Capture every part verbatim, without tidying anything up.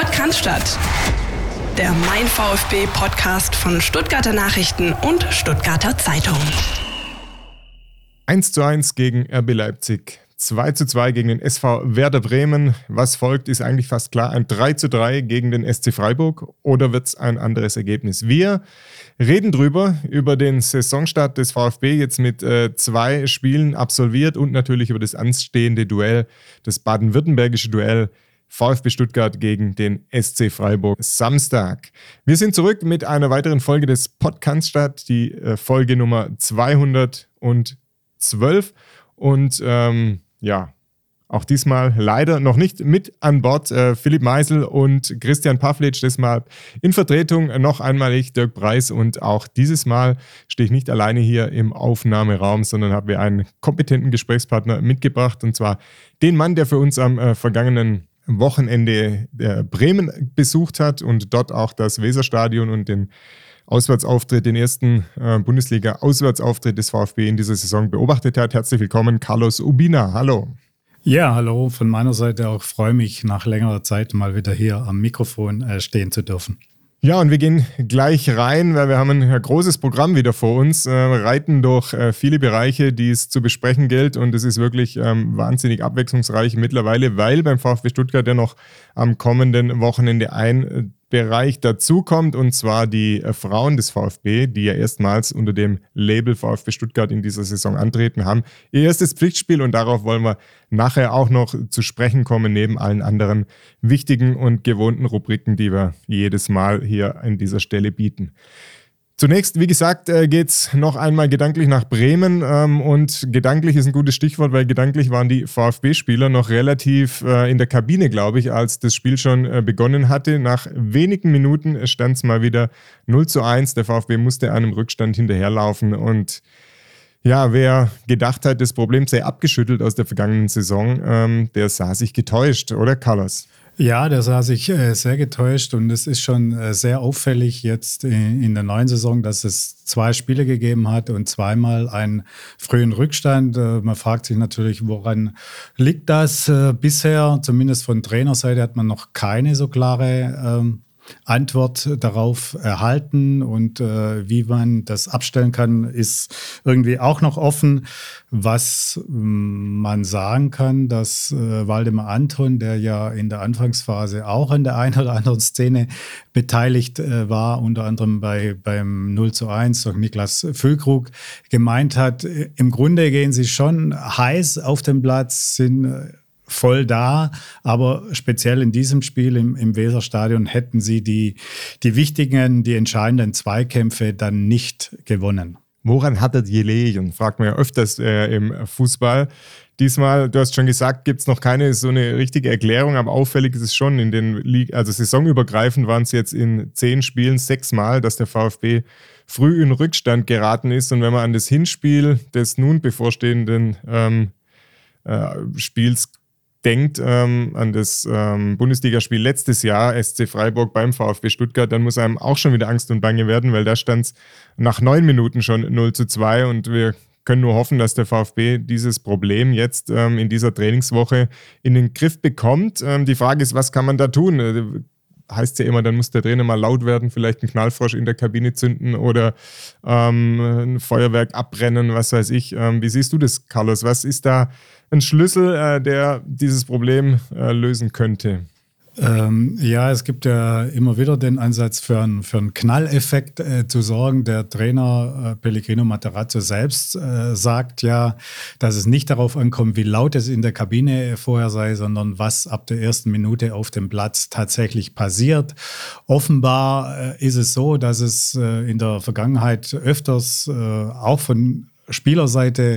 Podcast, der Mein VfB-Podcast von Stuttgarter Nachrichten und Stuttgarter Zeitung. eins zu eins gegen R B Leipzig, zwei zu zwei gegen den S V Werder Bremen. Was folgt, ist eigentlich fast klar. Ein drei zu drei gegen den S C Freiburg, oder wird es ein anderes Ergebnis? Wir reden drüber, über den Saisonstart des VfB, jetzt mit äh, zwei Spielen absolviert, und natürlich über das anstehende Duell, das baden-württembergische Duell VfB Stuttgart gegen den S C Freiburg Samstag. Wir sind zurück mit einer weiteren Folge des Podcast, die äh, Folge Nummer zweihundertzwölf. Und ähm, ja, auch diesmal leider noch nicht mit an Bord äh, Philipp Meisel und Christian Pavlic, deshalb in Vertretung noch einmal ich, Dirk Preis, und auch dieses Mal stehe ich nicht alleine hier im Aufnahmeraum, sondern habe mir einen kompetenten Gesprächspartner mitgebracht, und zwar den Mann, der für uns am äh, vergangenen Wochenende äh, Bremen besucht hat und dort auch das Weserstadion und den Auswärtsauftritt, den ersten äh, Bundesliga-Auswärtsauftritt des VfB in dieser Saison beobachtet hat. Herzlich willkommen, Carlos Urbina. Hallo. Ja, hallo. Von meiner Seite auch, freue mich, nach längerer Zeit mal wieder hier am Mikrofon äh, stehen zu dürfen. Ja, und wir gehen gleich rein, weil wir haben ein großes Programm wieder vor uns, äh, reiten durch äh, viele Bereiche, die es zu besprechen gilt, und es ist wirklich ähm, wahnsinnig abwechslungsreich mittlerweile, weil beim VfB Stuttgart ja noch am kommenden Wochenende ein äh, Bereich dazukommt, und zwar die äh, Frauen des VfB, die ja erstmals unter dem Label VfB Stuttgart in dieser Saison antreten, haben ihr erstes Pflichtspiel, und darauf wollen wir nachher auch noch zu sprechen kommen, neben allen anderen wichtigen und gewohnten Rubriken, die wir jedes Mal hier an dieser Stelle bieten. Zunächst, wie gesagt, geht es noch einmal gedanklich nach Bremen, ähm, und gedanklich ist ein gutes Stichwort, weil gedanklich waren die VfB-Spieler noch relativ äh, in der Kabine, glaube ich, als das Spiel schon äh, begonnen hatte. Nach wenigen Minuten stand es mal wieder null zu eins. Der VfB musste einem Rückstand hinterherlaufen, und ja, wer gedacht hat, das Problem sei abgeschüttelt aus der vergangenen Saison, ähm, der sah sich getäuscht, oder Carlos? Ja, der sah sich äh, sehr getäuscht, und es ist schon äh, sehr auffällig jetzt in, in der neuen Saison, dass es zwei Spiele gegeben hat und zweimal einen frühen Rückstand. Äh, man fragt sich natürlich, woran liegt das? Äh, bisher, zumindest von Trainerseite, hat man noch keine so klare ähm, Antwort darauf erhalten, und äh, wie man das abstellen kann, ist irgendwie auch noch offen. Was ähm, man sagen kann, dass äh, Waldemar Anton, der ja in der Anfangsphase auch an der einen oder anderen Szene beteiligt äh, war, unter anderem bei, beim null zu eins durch Niklas Füllkrug, gemeint hat, im Grunde gehen sie schon heiß auf den Platz, sind äh, voll da, aber speziell in diesem Spiel im, im Weserstadion hätten sie die, die wichtigen, die entscheidenden Zweikämpfe dann nicht gewonnen. Woran hat er gelegen? Fragt man ja öfters äh, im Fußball. Diesmal, du hast schon gesagt, gibt es noch keine so eine richtige Erklärung, aber auffällig ist es schon, in den Liga, also saisonübergreifend waren es jetzt in zehn Spielen sechsmal, dass der VfB früh in Rückstand geraten ist, und wenn man an das Hinspiel des nun bevorstehenden ähm, äh, Spiels denkt, ähm, an das ähm, Bundesligaspiel letztes Jahr, S C Freiburg beim VfB Stuttgart, dann muss einem auch schon wieder Angst und Bange werden, weil da stand es nach neun Minuten schon null zu zwei, und wir können nur hoffen, dass der VfB dieses Problem jetzt ähm, in dieser Trainingswoche in den Griff bekommt. Ähm, die Frage ist, was kann man da tun? Äh, heißt ja immer, dann muss der Trainer mal laut werden, vielleicht einen Knallfrosch in der Kabine zünden oder ähm, ein Feuerwerk abbrennen, was weiß ich. Ähm, wie siehst du das, Carlos? Was ist da ein Schlüssel, äh, der dieses Problem äh, lösen könnte? Ähm, ja, es gibt ja immer wieder den Ansatz, für einen, für einen Knalleffekt äh, zu sorgen. Der Trainer äh, Pellegrino Matarazzo selbst äh, sagt ja, dass es nicht darauf ankommt, wie laut es in der Kabine vorher sei, sondern was ab der ersten Minute auf dem Platz tatsächlich passiert. Offenbar äh, ist es so, dass es äh, in der Vergangenheit öfters äh, auch von Spielerseite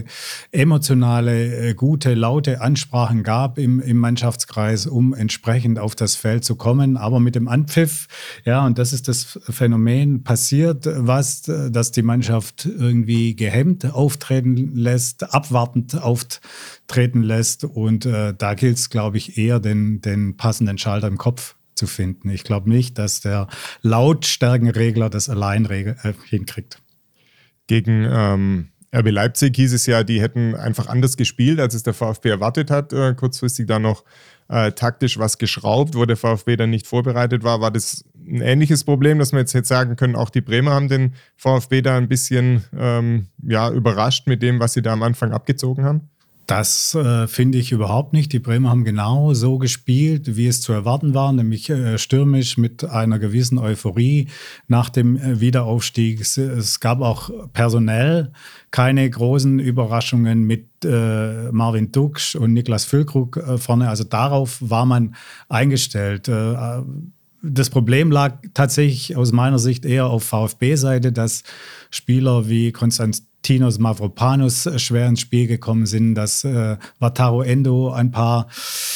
emotionale, gute, laute Ansprachen gab im, im Mannschaftskreis, um entsprechend auf das Feld zu kommen. Aber mit dem Anpfiff, ja, und das ist das Phänomen, passiert was, dass die Mannschaft irgendwie gehemmt auftreten lässt, abwartend auftreten lässt. Und äh, da gilt es, glaube ich, eher den, den passenden Schalter im Kopf zu finden. Ich glaube nicht, dass der Lautstärkenregler das allein regel, äh, hinkriegt. Gegen ähm R B Leipzig hieß es ja, die hätten einfach anders gespielt, als es der VfB erwartet hat. Äh, kurzfristig da noch äh, taktisch was geschraubt, wo der VfB dann nicht vorbereitet war. War das ein ähnliches Problem, dass wir jetzt, jetzt sagen können, auch die Bremer haben den VfB da ein bisschen ähm, ja, überrascht mit dem, was sie da am Anfang abgezogen haben? Das äh, finde ich überhaupt nicht. Die Bremer haben genau so gespielt, wie es zu erwarten war, nämlich äh, stürmisch mit einer gewissen Euphorie nach dem äh, Wiederaufstieg. Es, es gab auch personell keine großen Überraschungen mit äh, Marvin Duksch und Niklas Füllkrug äh, vorne. Also darauf war man eingestellt. Äh, Das Problem lag tatsächlich aus meiner Sicht eher auf VfB-Seite, dass Spieler wie Konstantinos Mavropanos schwer ins Spiel gekommen sind, dass äh, Wataru Endo ein paar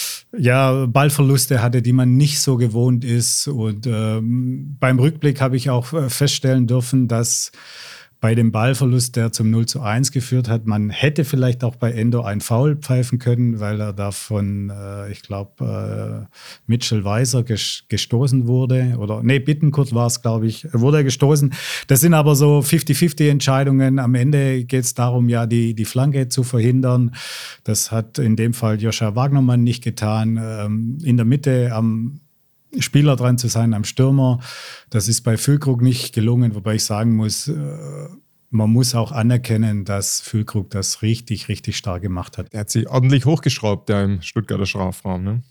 ja, Ballverluste hatte, die man nicht so gewohnt ist. Und ähm, beim Rückblick habe ich auch feststellen dürfen, dass bei dem Ballverlust, der zum null zu eins geführt hat, man hätte vielleicht auch bei Endo ein Foul pfeifen können, weil er da von, äh, ich glaube, äh, Mitchell Weiser ges- gestoßen wurde. Oder, nee, Bittencourt war es, glaube ich, wurde er gestoßen. Das sind aber so fünfzig fünfzig Entscheidungen. Am Ende geht es darum, ja, die, die Flanke zu verhindern. Das hat in dem Fall Joscha Wagnermann nicht getan. Ähm, in der Mitte am Spieler dran zu sein am Stürmer. Das ist bei Füllkrug nicht gelungen, wobei ich sagen muss, äh, man muss auch anerkennen, dass Füllkrug das richtig, richtig stark gemacht hat. Er hat sich ordentlich hochgeschraubt, da im Stuttgarter Strafraum, ne?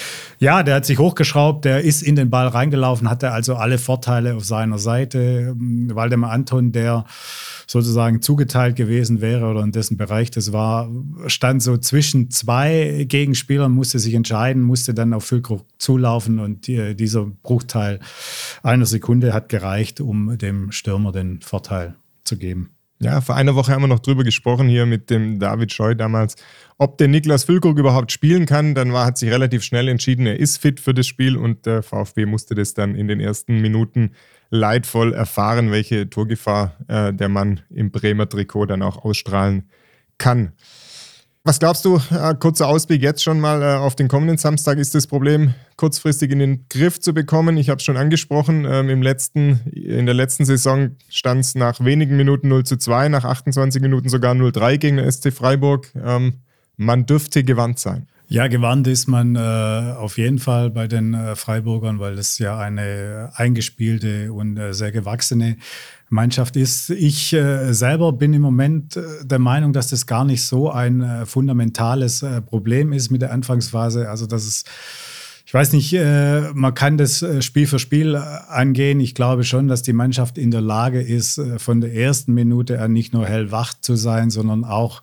Ja, der hat sich hochgeschraubt, der ist in den Ball reingelaufen, hatte also alle Vorteile auf seiner Seite. Waldemar Anton, der sozusagen zugeteilt gewesen wäre oder in dessen Bereich das war, stand so zwischen zwei Gegenspielern, musste sich entscheiden, musste dann auf Füllkrug zulaufen und die, dieser Bruchteil einer Sekunde hat gereicht, um dem Stürmer den Vorteil zu geben. Ja, vor einer Woche haben wir noch drüber gesprochen hier mit dem David Scheu damals, ob der Niklas Füllkrug überhaupt spielen kann. Dann war, hat sich relativ schnell entschieden, er ist fit für das Spiel und der VfB musste das dann in den ersten Minuten leidvoll erfahren, welche Torgefahr äh, der Mann im Bremer Trikot dann auch ausstrahlen kann. Was glaubst du, äh, kurzer Ausblick jetzt schon mal äh, auf den kommenden Samstag, ist das Problem kurzfristig in den Griff zu bekommen? Ich habe es schon angesprochen, ähm, im letzten, in der letzten Saison stand es nach wenigen Minuten null zu zwei, nach achtundzwanzig Minuten sogar null zu drei gegen den S C Freiburg. Ähm, man dürfte gewandt sein. Ja, gewandt ist man äh, auf jeden Fall bei den äh, Freiburgern, weil es ja eine eingespielte und äh, sehr gewachsene Mannschaft ist. Ich äh, selber bin im Moment äh, der Meinung, dass das gar nicht so ein äh, fundamentales äh, Problem ist mit der Anfangsphase. Also dass es, ich weiß nicht, äh, man kann das äh, Spiel für Spiel äh, angehen. Ich glaube schon, dass die Mannschaft in der Lage ist, äh, von der ersten Minute an nicht nur hellwach zu sein, sondern auch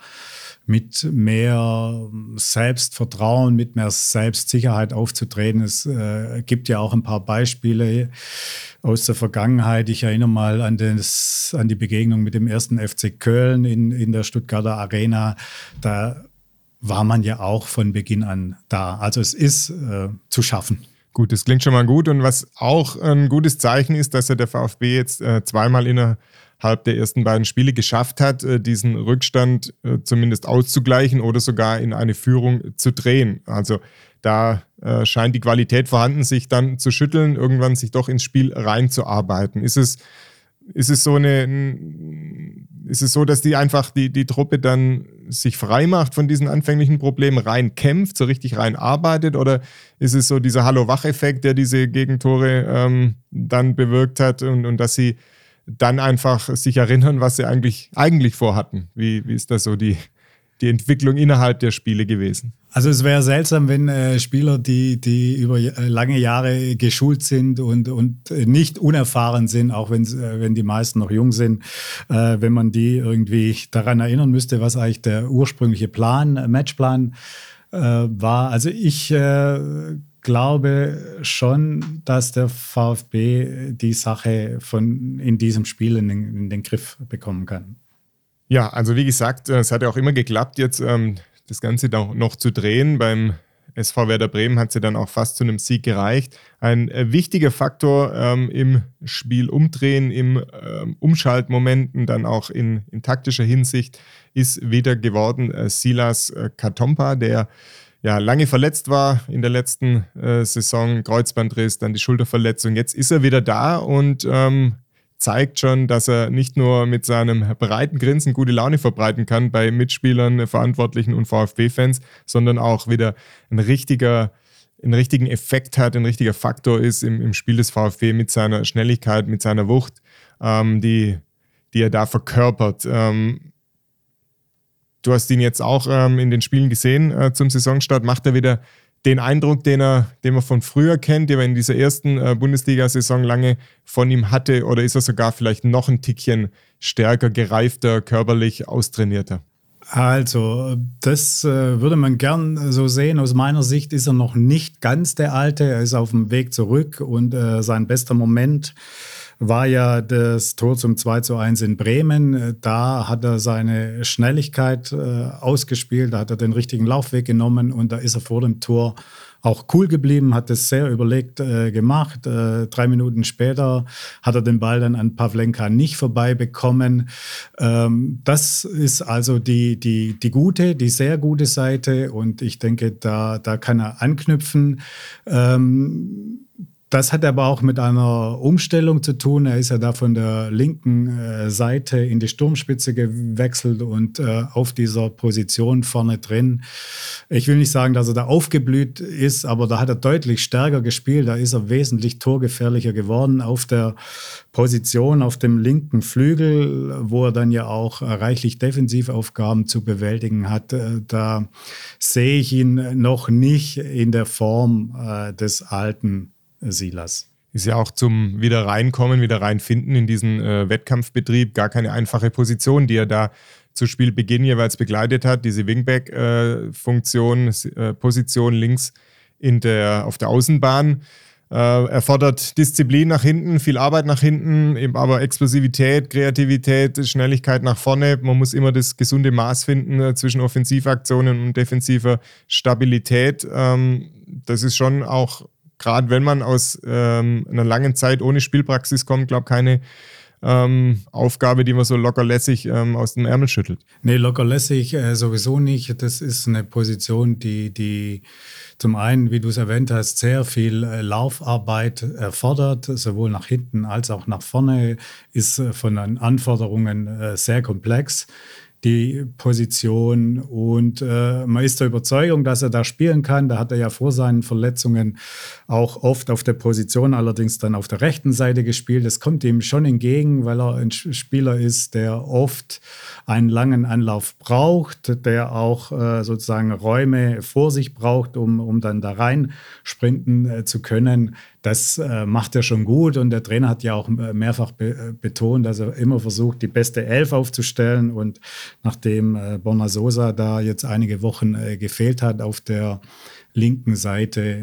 mit mehr Selbstvertrauen, mit mehr Selbstsicherheit aufzutreten. Es äh, gibt ja auch ein paar Beispiele aus der Vergangenheit. Ich erinnere mal an, das, an die Begegnung mit dem ersten F C Köln in, in der Stuttgarter Arena. Da war man ja auch von Beginn an da. Also es ist äh, zu schaffen. Gut, das klingt schon mal gut. Und was auch ein gutes Zeichen ist, dass ja der VfB jetzt äh, zweimal innerhalb der ersten beiden Spiele geschafft hat, diesen Rückstand zumindest auszugleichen oder sogar in eine Führung zu drehen. Also da äh, scheint die Qualität vorhanden, sich dann zu schütteln, irgendwann sich doch ins Spiel reinzuarbeiten. Ist es, ist es so eine, ist es so, dass die einfach die, die Truppe dann sich frei macht von diesen anfänglichen Problemen, rein kämpft, so richtig rein arbeitet, oder ist es so dieser Hallo-Wach-Effekt, der diese Gegentore ähm, dann bewirkt hat und, und dass sie dann einfach sich erinnern, was sie eigentlich, eigentlich vorhatten? Wie, wie ist das so die, die Entwicklung innerhalb der Spiele gewesen? Also es wäre seltsam, wenn äh, Spieler, die, die über äh, lange Jahre geschult sind und, und äh, nicht unerfahren sind, auch wenn, äh, wenn die meisten noch jung sind, äh, wenn man die irgendwie daran erinnern müsste, was eigentlich der ursprüngliche Plan, äh, Matchplan äh, war. Also ich äh, glaube schon, dass der VfB die Sache von in diesem Spiel in den, in den Griff bekommen kann. Ja, also wie gesagt, es hat ja auch immer geklappt, jetzt ähm, das Ganze noch, noch zu drehen. Beim S V Werder Bremen hat sie dann auch fast zu einem Sieg gereicht. Ein äh, wichtiger Faktor ähm, im Spiel umdrehen, im ähm, Umschaltmomenten, dann auch in, in taktischer Hinsicht, ist wieder geworden äh, Silas äh, Katompa, der ja lange verletzt war in der letzten äh, Saison, Kreuzbandriss, dann die Schulterverletzung. Jetzt ist er wieder da und ähm, zeigt schon, dass er nicht nur mit seinem breiten Grinsen gute Laune verbreiten kann bei Mitspielern, Verantwortlichen und VfB-Fans, sondern auch wieder ein richtiger, einen richtigen Effekt hat, ein richtiger Faktor ist im, im Spiel des VfB mit seiner Schnelligkeit, mit seiner Wucht, ähm, die, die er da verkörpert. Ähm, du hast ihn jetzt auch ähm, in den Spielen gesehen äh, zum Saisonstart. Macht er wieder den Eindruck, den er, den man von früher kennt, den man in dieser ersten äh, Bundesliga-Saison lange von ihm hatte, oder ist er sogar vielleicht noch ein Tickchen stärker, gereifter, körperlich austrainierter? Also, das äh, würde man gern so sehen. Aus meiner Sicht ist er noch nicht ganz der Alte. Er ist auf dem Weg zurück und äh, sein bester Moment war ja das Tor zum zwei zu eins in Bremen. Da hat er seine Schnelligkeit äh, ausgespielt, da hat er den richtigen Laufweg genommen und da ist er vor dem Tor auch cool geblieben, hat es sehr überlegt äh, gemacht. Äh, drei Minuten später hat er den Ball dann an Pavlenka nicht vorbei bekommen. Ähm, das ist also die, die, die gute, die sehr gute Seite und ich denke, da, da kann er anknüpfen. Ähm, Das hat aber auch mit einer Umstellung zu tun. Er ist ja da von der linken äh, Seite in die Sturmspitze gewechselt und äh, auf dieser Position vorne drin. Ich will nicht sagen, dass er da aufgeblüht ist, aber da hat er deutlich stärker gespielt. Da ist er wesentlich torgefährlicher geworden auf der Position, auf dem linken Flügel, wo er dann ja auch reichlich Defensivaufgaben zu bewältigen hat. Äh, da sehe ich ihn noch nicht in der Form äh, des alten Silas. Ist ja auch zum wieder reinkommen, wieder reinfinden in diesen äh, Wettkampfbetrieb gar keine einfache Position, die er da zu Spielbeginn jeweils begleitet hat. Diese Wingback-Funktion, äh, äh, Position links in der, auf der Außenbahn. Äh, erfordert Disziplin nach hinten, viel Arbeit nach hinten, eben aber Explosivität, Kreativität, Schnelligkeit nach vorne. Man muss immer das gesunde Maß finden äh, zwischen Offensivaktionen und defensiver Stabilität. Ähm, das ist schon auch, gerade wenn man aus ähm, einer langen Zeit ohne Spielpraxis kommt, glaube ich, keine ähm, Aufgabe, die man so lockerlässig ähm, aus dem Ärmel schüttelt. Nee, lockerlässig äh, sowieso nicht. Das ist eine Position, die, die zum einen, wie du es erwähnt hast, sehr viel äh, Laufarbeit erfordert, sowohl nach hinten als auch nach vorne, ist äh, von den Anforderungen äh, sehr komplex, die Position, und äh, man ist der Überzeugung, dass er da spielen kann. Da hat er ja vor seinen Verletzungen auch oft auf der Position, allerdings dann auf der rechten Seite gespielt. Das kommt ihm schon entgegen, weil er ein Spieler ist, der oft einen langen Anlauf braucht, der auch äh, sozusagen Räume vor sich braucht, um, um dann da rein sprinten äh, zu können. Das äh, macht er schon gut, und der Trainer hat ja auch mehrfach be- betont, dass er immer versucht, die beste Elf aufzustellen, und nachdem äh, Borna Sosa da jetzt einige Wochen äh, gefehlt hat auf der linken Seite,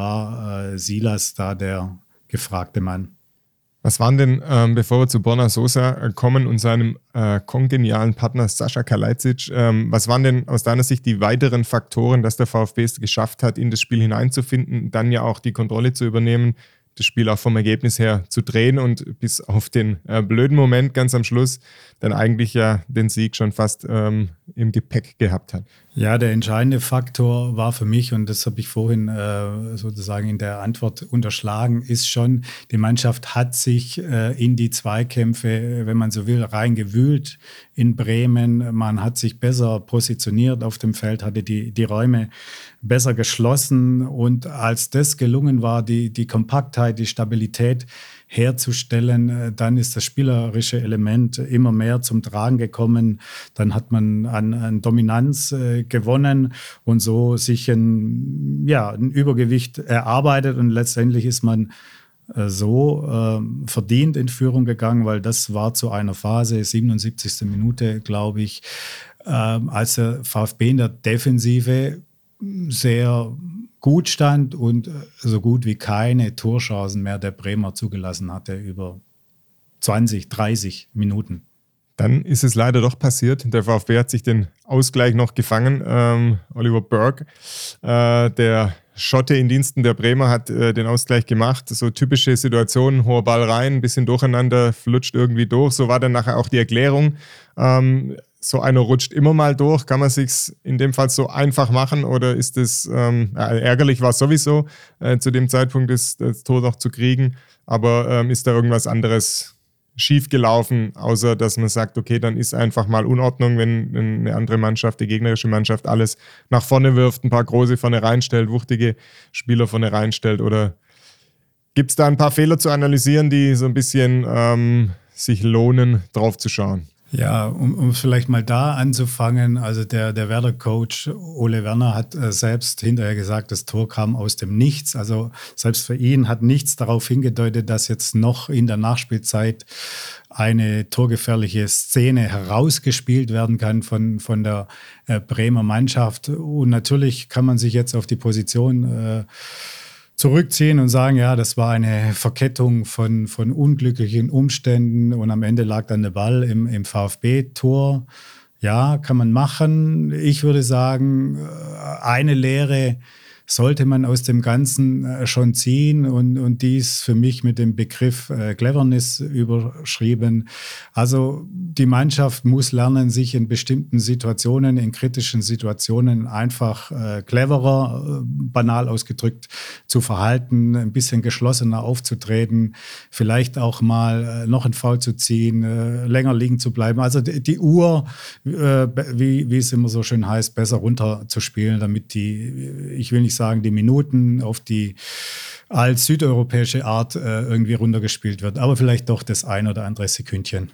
war äh, Silas da der gefragte Mann. Was waren denn, ähm, bevor wir zu Borna Sosa kommen und seinem äh, kongenialen Partner Sascha Kalajdzic, ähm, was waren denn aus deiner Sicht die weiteren Faktoren, dass der VfB es geschafft hat, in das Spiel hineinzufinden, dann ja auch die Kontrolle zu übernehmen, das Spiel auch vom Ergebnis her zu drehen und bis auf den äh, blöden Moment ganz am Schluss dann eigentlich ja den Sieg schon fast ähm, im Gepäck gehabt hat? Ja, der entscheidende Faktor war für mich, und das habe ich vorhin äh, sozusagen in der Antwort unterschlagen, ist schon, die Mannschaft hat sich äh, in die Zweikämpfe, wenn man so will, reingewühlt in Bremen. Man hat sich besser positioniert auf dem Feld, hatte die, die Räume besser geschlossen, und als das gelungen war, die, die Kompaktheit, die Stabilität herzustellen, dann ist das spielerische Element immer mehr zum Tragen gekommen. Dann hat man an, an Dominanz äh, gewonnen und so sich ein, ja, ein Übergewicht erarbeitet, und letztendlich ist man äh, so äh, verdient in Führung gegangen, weil das war zu einer Phase, siebenundsiebzigste Minute, glaube ich, äh, als der VfB in der Defensive sehr gut stand und so gut wie keine Torchancen mehr der Bremer zugelassen hatte über zwanzig, dreißig Minuten. Dann ist es leider doch passiert. Der VfB hat sich den Ausgleich noch gefangen. Ähm, Oliver Burke, äh, der Schotte in Diensten der Bremer, hat äh, den Ausgleich gemacht. So typische Situation, hoher Ball rein, ein bisschen durcheinander, flutscht irgendwie durch. So war dann nachher auch die Erklärung. Ähm, so einer rutscht immer mal durch. Kann man sich in dem Fall so einfach machen, oder ist es ähm, ärgerlich, war es sowieso, äh, zu dem Zeitpunkt das, das Tor noch zu kriegen, aber ähm, ist da irgendwas anderes schief gelaufen, außer dass man sagt, okay, dann ist einfach mal Unordnung, wenn eine andere Mannschaft, die gegnerische Mannschaft, alles nach vorne wirft, ein paar große vorne reinstellt, wuchtige Spieler vorne reinstellt? Oder gibt es da ein paar Fehler zu analysieren, die so ein bisschen ähm, sich lohnen, drauf zu schauen? Ja, um, um vielleicht mal da anzufangen, also der, der Werder-Coach Ole Werner hat äh, selbst hinterher gesagt, das Tor kam aus dem Nichts. Also selbst für ihn hat nichts darauf hingedeutet, dass jetzt noch in der Nachspielzeit eine torgefährliche Szene herausgespielt werden kann von, von der äh, Bremer Mannschaft. Und natürlich kann man sich jetzt auf die Position äh, zurückziehen und sagen, ja, das war eine Verkettung von, von unglücklichen Umständen und am Ende lag dann der Ball im, im VfB-Tor. Ja, kann man machen. Ich würde sagen, eine Lehre sollte man aus dem Ganzen schon ziehen und, und dies für mich mit dem Begriff äh, Cleverness überschrieben. Also die Mannschaft muss lernen, sich in bestimmten Situationen, in kritischen Situationen einfach äh, cleverer, äh, banal ausgedrückt, zu verhalten, ein bisschen geschlossener aufzutreten, vielleicht auch mal äh, noch einen Foul zu ziehen, äh, länger liegen zu bleiben. Also die, die Uhr, äh, wie, wie es immer so schön heißt, besser runterzuspielen, damit die, ich will nicht sagen, die Minuten auf die als südeuropäische Art äh, irgendwie runtergespielt wird. Aber vielleicht doch das ein oder andere Sekündchen.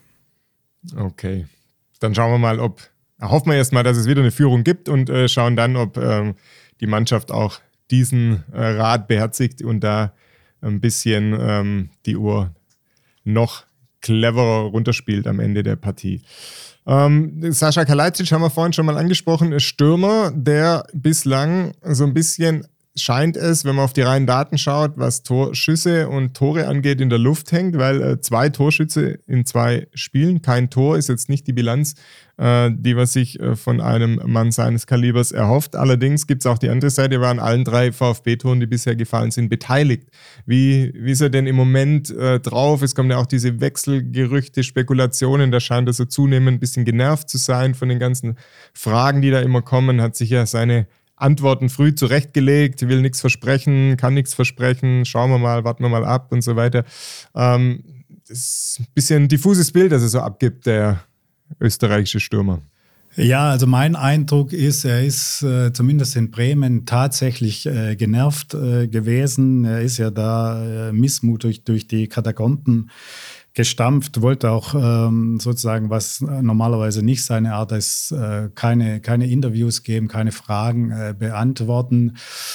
Okay, dann schauen wir mal, ob, hoffen wir erst mal, dass es wieder eine Führung gibt und äh, schauen dann, ob ähm, die Mannschaft auch diesen äh, Rat beherzigt und da ein bisschen ähm, die Uhr noch cleverer runterspielt am Ende der Partie. Ähm, Sascha Kalajdzic haben wir vorhin schon mal angesprochen, ist Stürmer, der bislang so ein bisschen, scheint es, wenn man auf die reinen Daten schaut, was Torschüsse und Tore angeht, in der Luft hängt, weil äh, zwei Torschüsse in zwei Spielen, kein Tor ist jetzt nicht die Bilanz, äh, die man sich äh, von einem Mann seines Kalibers erhofft. Allerdings gibt es auch die andere Seite, er war an allen drei VfB-Toren, die bisher gefallen sind, beteiligt. Wie, wie ist er denn im Moment äh, drauf? Es kommen ja auch diese Wechselgerüchte, Spekulationen, da scheint er so zunehmend ein bisschen genervt zu sein von den ganzen Fragen, die da immer kommen, hat sich ja seine Antworten früh zurechtgelegt, will nichts versprechen, kann nichts versprechen, schauen wir mal, warten wir mal ab und so weiter. Ähm, das ist ein bisschen ein diffuses Bild, das er so abgibt, der österreichische Stürmer. Ja, also mein Eindruck ist, er ist äh, zumindest in Bremen tatsächlich äh, genervt äh, gewesen. Er ist ja da äh, missmutig durch die Katakomben gestampft, wollte auch ähm, sozusagen, was normalerweise nicht seine Art ist, äh, keine, keine Interviews geben, keine Fragen äh, beantworten.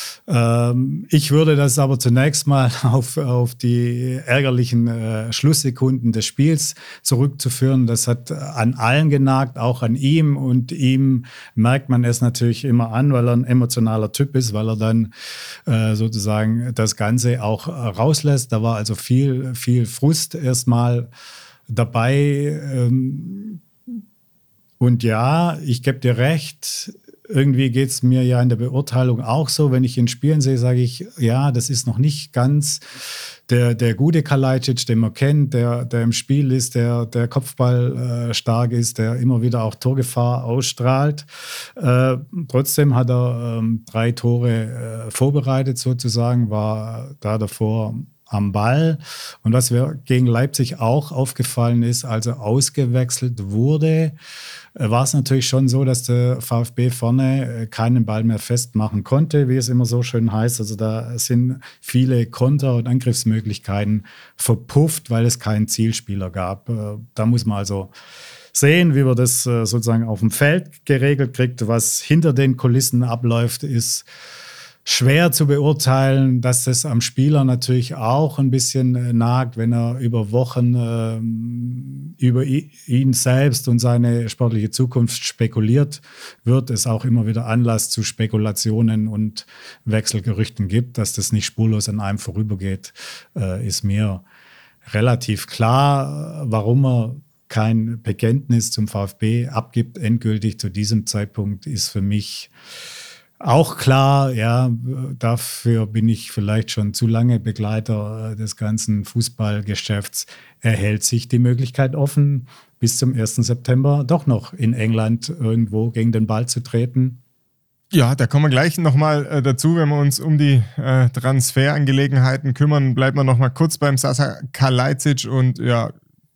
Ähm, ich würde das aber zunächst mal auf, auf die ärgerlichen äh, Schlusssekunden des Spiels zurückzuführen. Das hat an allen genagt, auch an ihm. Und ihm merkt man es natürlich immer an, weil er ein emotionaler Typ ist, weil er dann äh, sozusagen das Ganze auch rauslässt. Da war also viel, viel Frust erstmal dabei. Und ja, ich gebe dir recht, irgendwie geht es mir ja in der Beurteilung auch so, wenn ich ihn spielen sehe, sage ich, ja, das ist noch nicht ganz der, der gute Kalajdzic, den man kennt, der, der im Spiel ist, der, der Kopfball äh, stark ist, der immer wieder auch Torgefahr ausstrahlt. Äh, trotzdem hat er ähm, drei Tore äh, vorbereitet sozusagen, war da davor am Ball. Und was mir gegen Leipzig auch aufgefallen ist, als er ausgewechselt wurde, war es natürlich schon so, dass der VfB vorne keinen Ball mehr festmachen konnte, wie es immer so schön heißt. Also da sind viele Konter- und Angriffsmöglichkeiten verpufft, weil es keinen Zielspieler gab. Da muss man also sehen, wie man das sozusagen auf dem Feld geregelt kriegt. Was hinter den Kulissen abläuft, ist schwer zu beurteilen, dass das am Spieler natürlich auch ein bisschen äh, nagt, wenn er über Wochen äh, über ihn selbst und seine sportliche Zukunft spekuliert wird, es auch immer wieder Anlass zu Spekulationen und Wechselgerüchten gibt. Dass das nicht spurlos an einem vorübergeht, äh, ist mir relativ klar. Warum er kein Bekenntnis zum VfB abgibt, endgültig zu diesem Zeitpunkt, ist für mich auch klar. Ja, dafür bin ich vielleicht schon zu lange Begleiter des ganzen Fußballgeschäfts. Er hält sich die Möglichkeit offen, bis zum ersten September doch noch in England irgendwo gegen den Ball zu treten. Ja, da kommen wir gleich nochmal äh, dazu, wenn wir uns um die äh, Transferangelegenheiten kümmern. Bleiben wir nochmal kurz beim Sascha Kalajdzic und ja,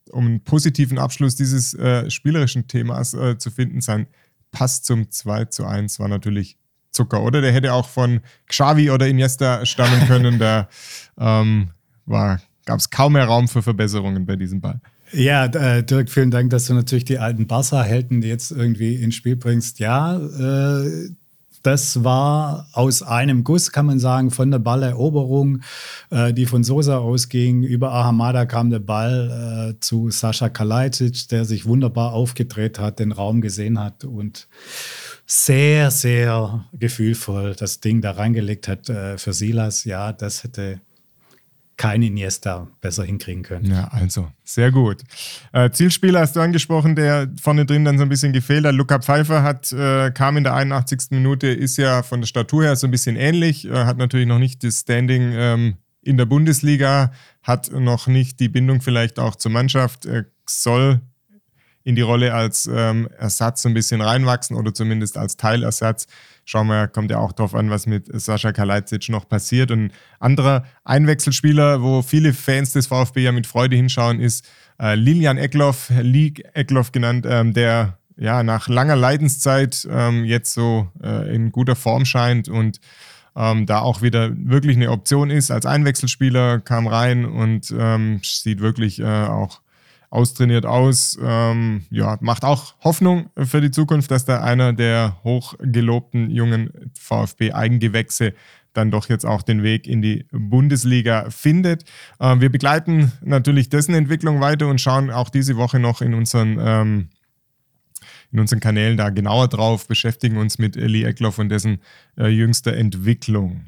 um einen positiven Abschluss dieses äh, spielerischen Themas äh, zu finden, sein Pass zum zwei zu eins war natürlich Zucker, oder? Der hätte auch von Xavi oder Iniesta stammen können. Da ähm, gab es kaum mehr Raum für Verbesserungen bei diesem Ball. Ja, äh, Dirk, vielen Dank, dass du natürlich die alten Barca-Helden jetzt irgendwie ins Spiel bringst. Ja, äh, das war aus einem Guss, kann man sagen, von der Balleroberung, äh, die von Sosa ausging. Über Ahamada kam der Ball äh, zu Sascha Kalajdzic, der sich wunderbar aufgedreht hat, den Raum gesehen hat und sehr, sehr gefühlvoll das Ding da reingelegt hat äh, für Silas. Ja, das hätte kein Iniesta besser hinkriegen können. Ja, also, sehr gut. Äh, Zielspieler hast du angesprochen, der vorne drin dann so ein bisschen gefehlt hat. Luca Pfeiffer hat, äh, kam in der einundachtzigsten Minute, ist ja von der Statur her so ein bisschen ähnlich, äh, hat natürlich noch nicht das Standing ähm, in der Bundesliga, hat noch nicht die Bindung vielleicht auch zur Mannschaft, äh, soll in die Rolle als ähm, Ersatz so ein bisschen reinwachsen oder zumindest als Teilersatz. Schauen wir, kommt ja auch darauf an, was mit Sascha Kalajdzic noch passiert. Und ein anderer Einwechselspieler, wo viele Fans des VfB ja mit Freude hinschauen, ist äh, Lilian Eklof, Lig Eklof genannt, ähm, der ja nach langer Leidenszeit ähm, jetzt so äh, in guter Form scheint und ähm, da auch wieder wirklich eine Option ist. Als Einwechselspieler kam rein und ähm, sieht wirklich äh, auch austrainiert aus, ähm, ja, macht auch Hoffnung für die Zukunft, dass da einer der hochgelobten jungen VfB-Eigengewächse dann doch jetzt auch den Weg in die Bundesliga findet. Äh, wir begleiten natürlich dessen Entwicklung weiter und schauen auch diese Woche noch in unseren, ähm, in unseren Kanälen da genauer drauf, beschäftigen uns mit Lee Eklof und dessen äh, jüngster Entwicklung.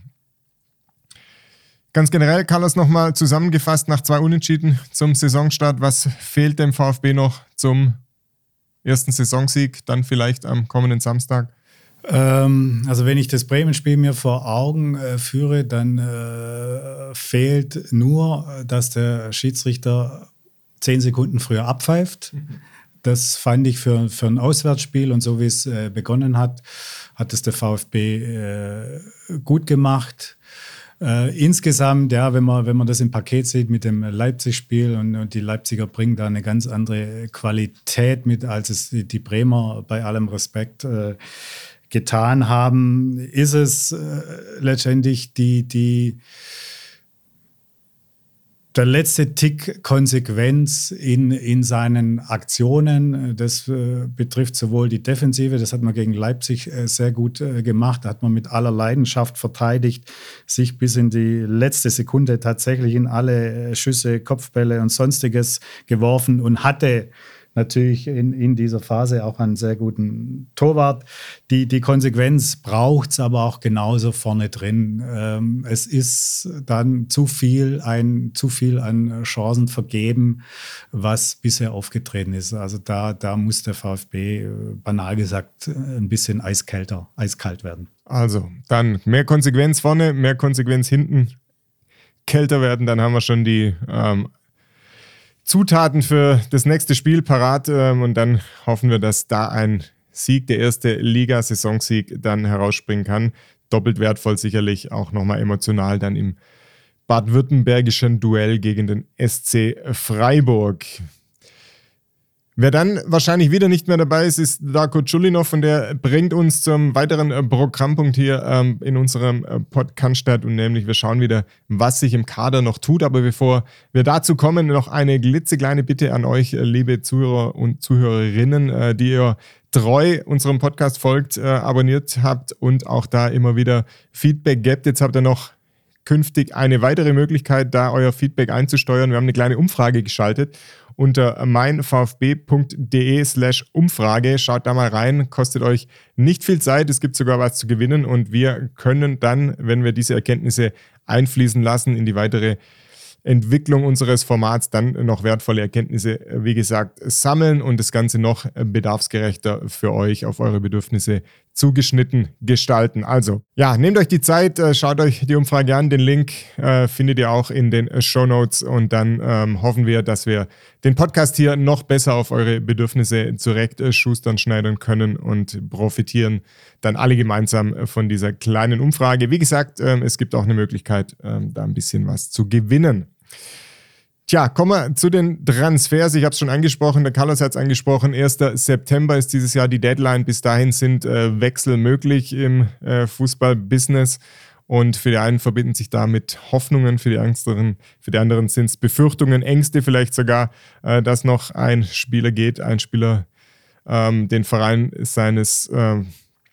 Ganz generell, Carlos, nochmal zusammengefasst nach zwei Unentschieden zum Saisonstart. Was fehlt dem VfB noch zum ersten Saisonsieg, dann vielleicht am kommenden Samstag? Ähm, also wenn ich das Bremen-Spiel mir vor Augen äh, führe, dann äh, fehlt nur, dass der Schiedsrichter zehn Sekunden früher abpfeift. Mhm. Das fand ich für, für ein Auswärtsspiel und so wie es äh, begonnen hat, hat es der VfB äh, gut gemacht. Äh, insgesamt, ja, wenn man, wenn man das im Paket sieht mit dem Leipzig-Spiel und, und die Leipziger bringen da eine ganz andere Qualität mit, als es die, die Bremer bei allem Respekt äh, getan haben, ist es äh, letztendlich die, die der letzte Tick Konsequenz in, in seinen Aktionen. Das äh, betrifft sowohl die Defensive, das hat man gegen Leipzig äh, sehr gut äh, gemacht, da hat man mit aller Leidenschaft verteidigt, sich bis in die letzte Sekunde tatsächlich in alle äh, Schüsse, Kopfbälle und Sonstiges geworfen und hatte natürlich in, in dieser Phase auch einen sehr guten Torwart. Die, die Konsequenz braucht es aber auch genauso vorne drin. Ähm, es ist dann zu viel, ein, zu viel an Chancen vergeben, was bisher aufgetreten ist. Also da, da muss der VfB, banal gesagt, ein bisschen eiskälter, eiskalt werden. Also dann mehr Konsequenz vorne, mehr Konsequenz hinten, kälter werden, dann haben wir schon die ähm, Zutaten für das nächste Spiel parat ähm, und dann hoffen wir, dass da ein Sieg, der erste Liga-Saisonsieg dann herausspringen kann. Doppelt wertvoll sicherlich, auch nochmal emotional dann im baden-württembergischen Duell gegen den S C Freiburg. Wer dann wahrscheinlich wieder nicht mehr dabei ist, ist Darko Chulinov und der bringt uns zum weiteren Programmpunkt hier ähm, in unserem äh, Podcast und nämlich wir schauen wieder, was sich im Kader noch tut. Aber bevor wir dazu kommen, noch eine klitzekleine Bitte an euch, äh, liebe Zuhörer und Zuhörerinnen, äh, die ihr treu unserem Podcast folgt, äh, abonniert habt und auch da immer wieder Feedback gebt. Jetzt habt ihr noch künftig eine weitere Möglichkeit, da euer Feedback einzusteuern. Wir haben eine kleine Umfrage geschaltet unter meinvfb.de slash Umfrage. Schaut da mal rein, kostet euch nicht viel Zeit, es gibt sogar was zu gewinnen und wir können dann, wenn wir diese Erkenntnisse einfließen lassen in die weitere Entwicklung unseres Formats, dann noch wertvolle Erkenntnisse, wie gesagt, sammeln und das Ganze noch bedarfsgerechter für euch auf eure Bedürfnisse zugeschnitten gestalten. Also, ja, nehmt euch die Zeit, schaut euch die Umfrage an. Den Link äh, findet ihr auch in den Shownotes und dann ähm, hoffen wir, dass wir den Podcast hier noch besser auf eure Bedürfnisse zurecht äh, schustern, schneidern können und profitieren dann alle gemeinsam von dieser kleinen Umfrage. Wie gesagt, äh, es gibt auch eine Möglichkeit, äh, da ein bisschen was zu gewinnen. Tja, kommen wir zu den Transfers. Ich habe es schon angesprochen, der Carlos hat es angesprochen. erster September ist dieses Jahr die Deadline. Bis dahin sind äh, Wechsel möglich im äh, Fußballbusiness. Und für die einen verbinden sich damit Hoffnungen, für die anderen, für die anderen sind es Befürchtungen, Ängste vielleicht sogar, äh, dass noch ein Spieler geht, ein Spieler ähm, den Verein seines äh,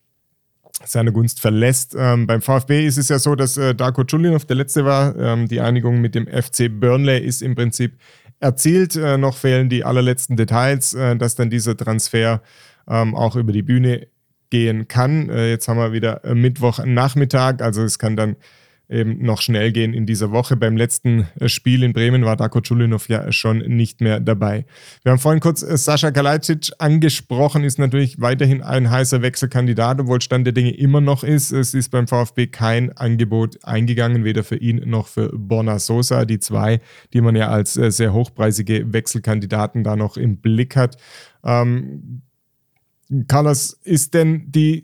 seine Gunst verlässt. Ähm, beim VfB ist es ja so, dass äh, Darko Čulinov der Letzte war. Ähm, die Einigung mit dem F C Burnley ist im Prinzip erzielt. Äh, noch fehlen die allerletzten Details, äh, dass dann dieser Transfer ähm, auch über die Bühne gehen kann. Äh, jetzt haben wir wieder äh, Mittwochnachmittag, also es kann dann eben noch schnell gehen in dieser Woche. Beim letzten Spiel in Bremen war Darko Čulinov ja schon nicht mehr dabei. Wir haben vorhin kurz Sascha Kalajdzic angesprochen, ist natürlich weiterhin ein heißer Wechselkandidat, obwohl Stand der Dinge immer noch ist. Es ist beim VfB kein Angebot eingegangen, weder für ihn noch für Borna Sosa, die zwei, die man ja als sehr hochpreisige Wechselkandidaten da noch im Blick hat. Ähm, Carlos, ist denn die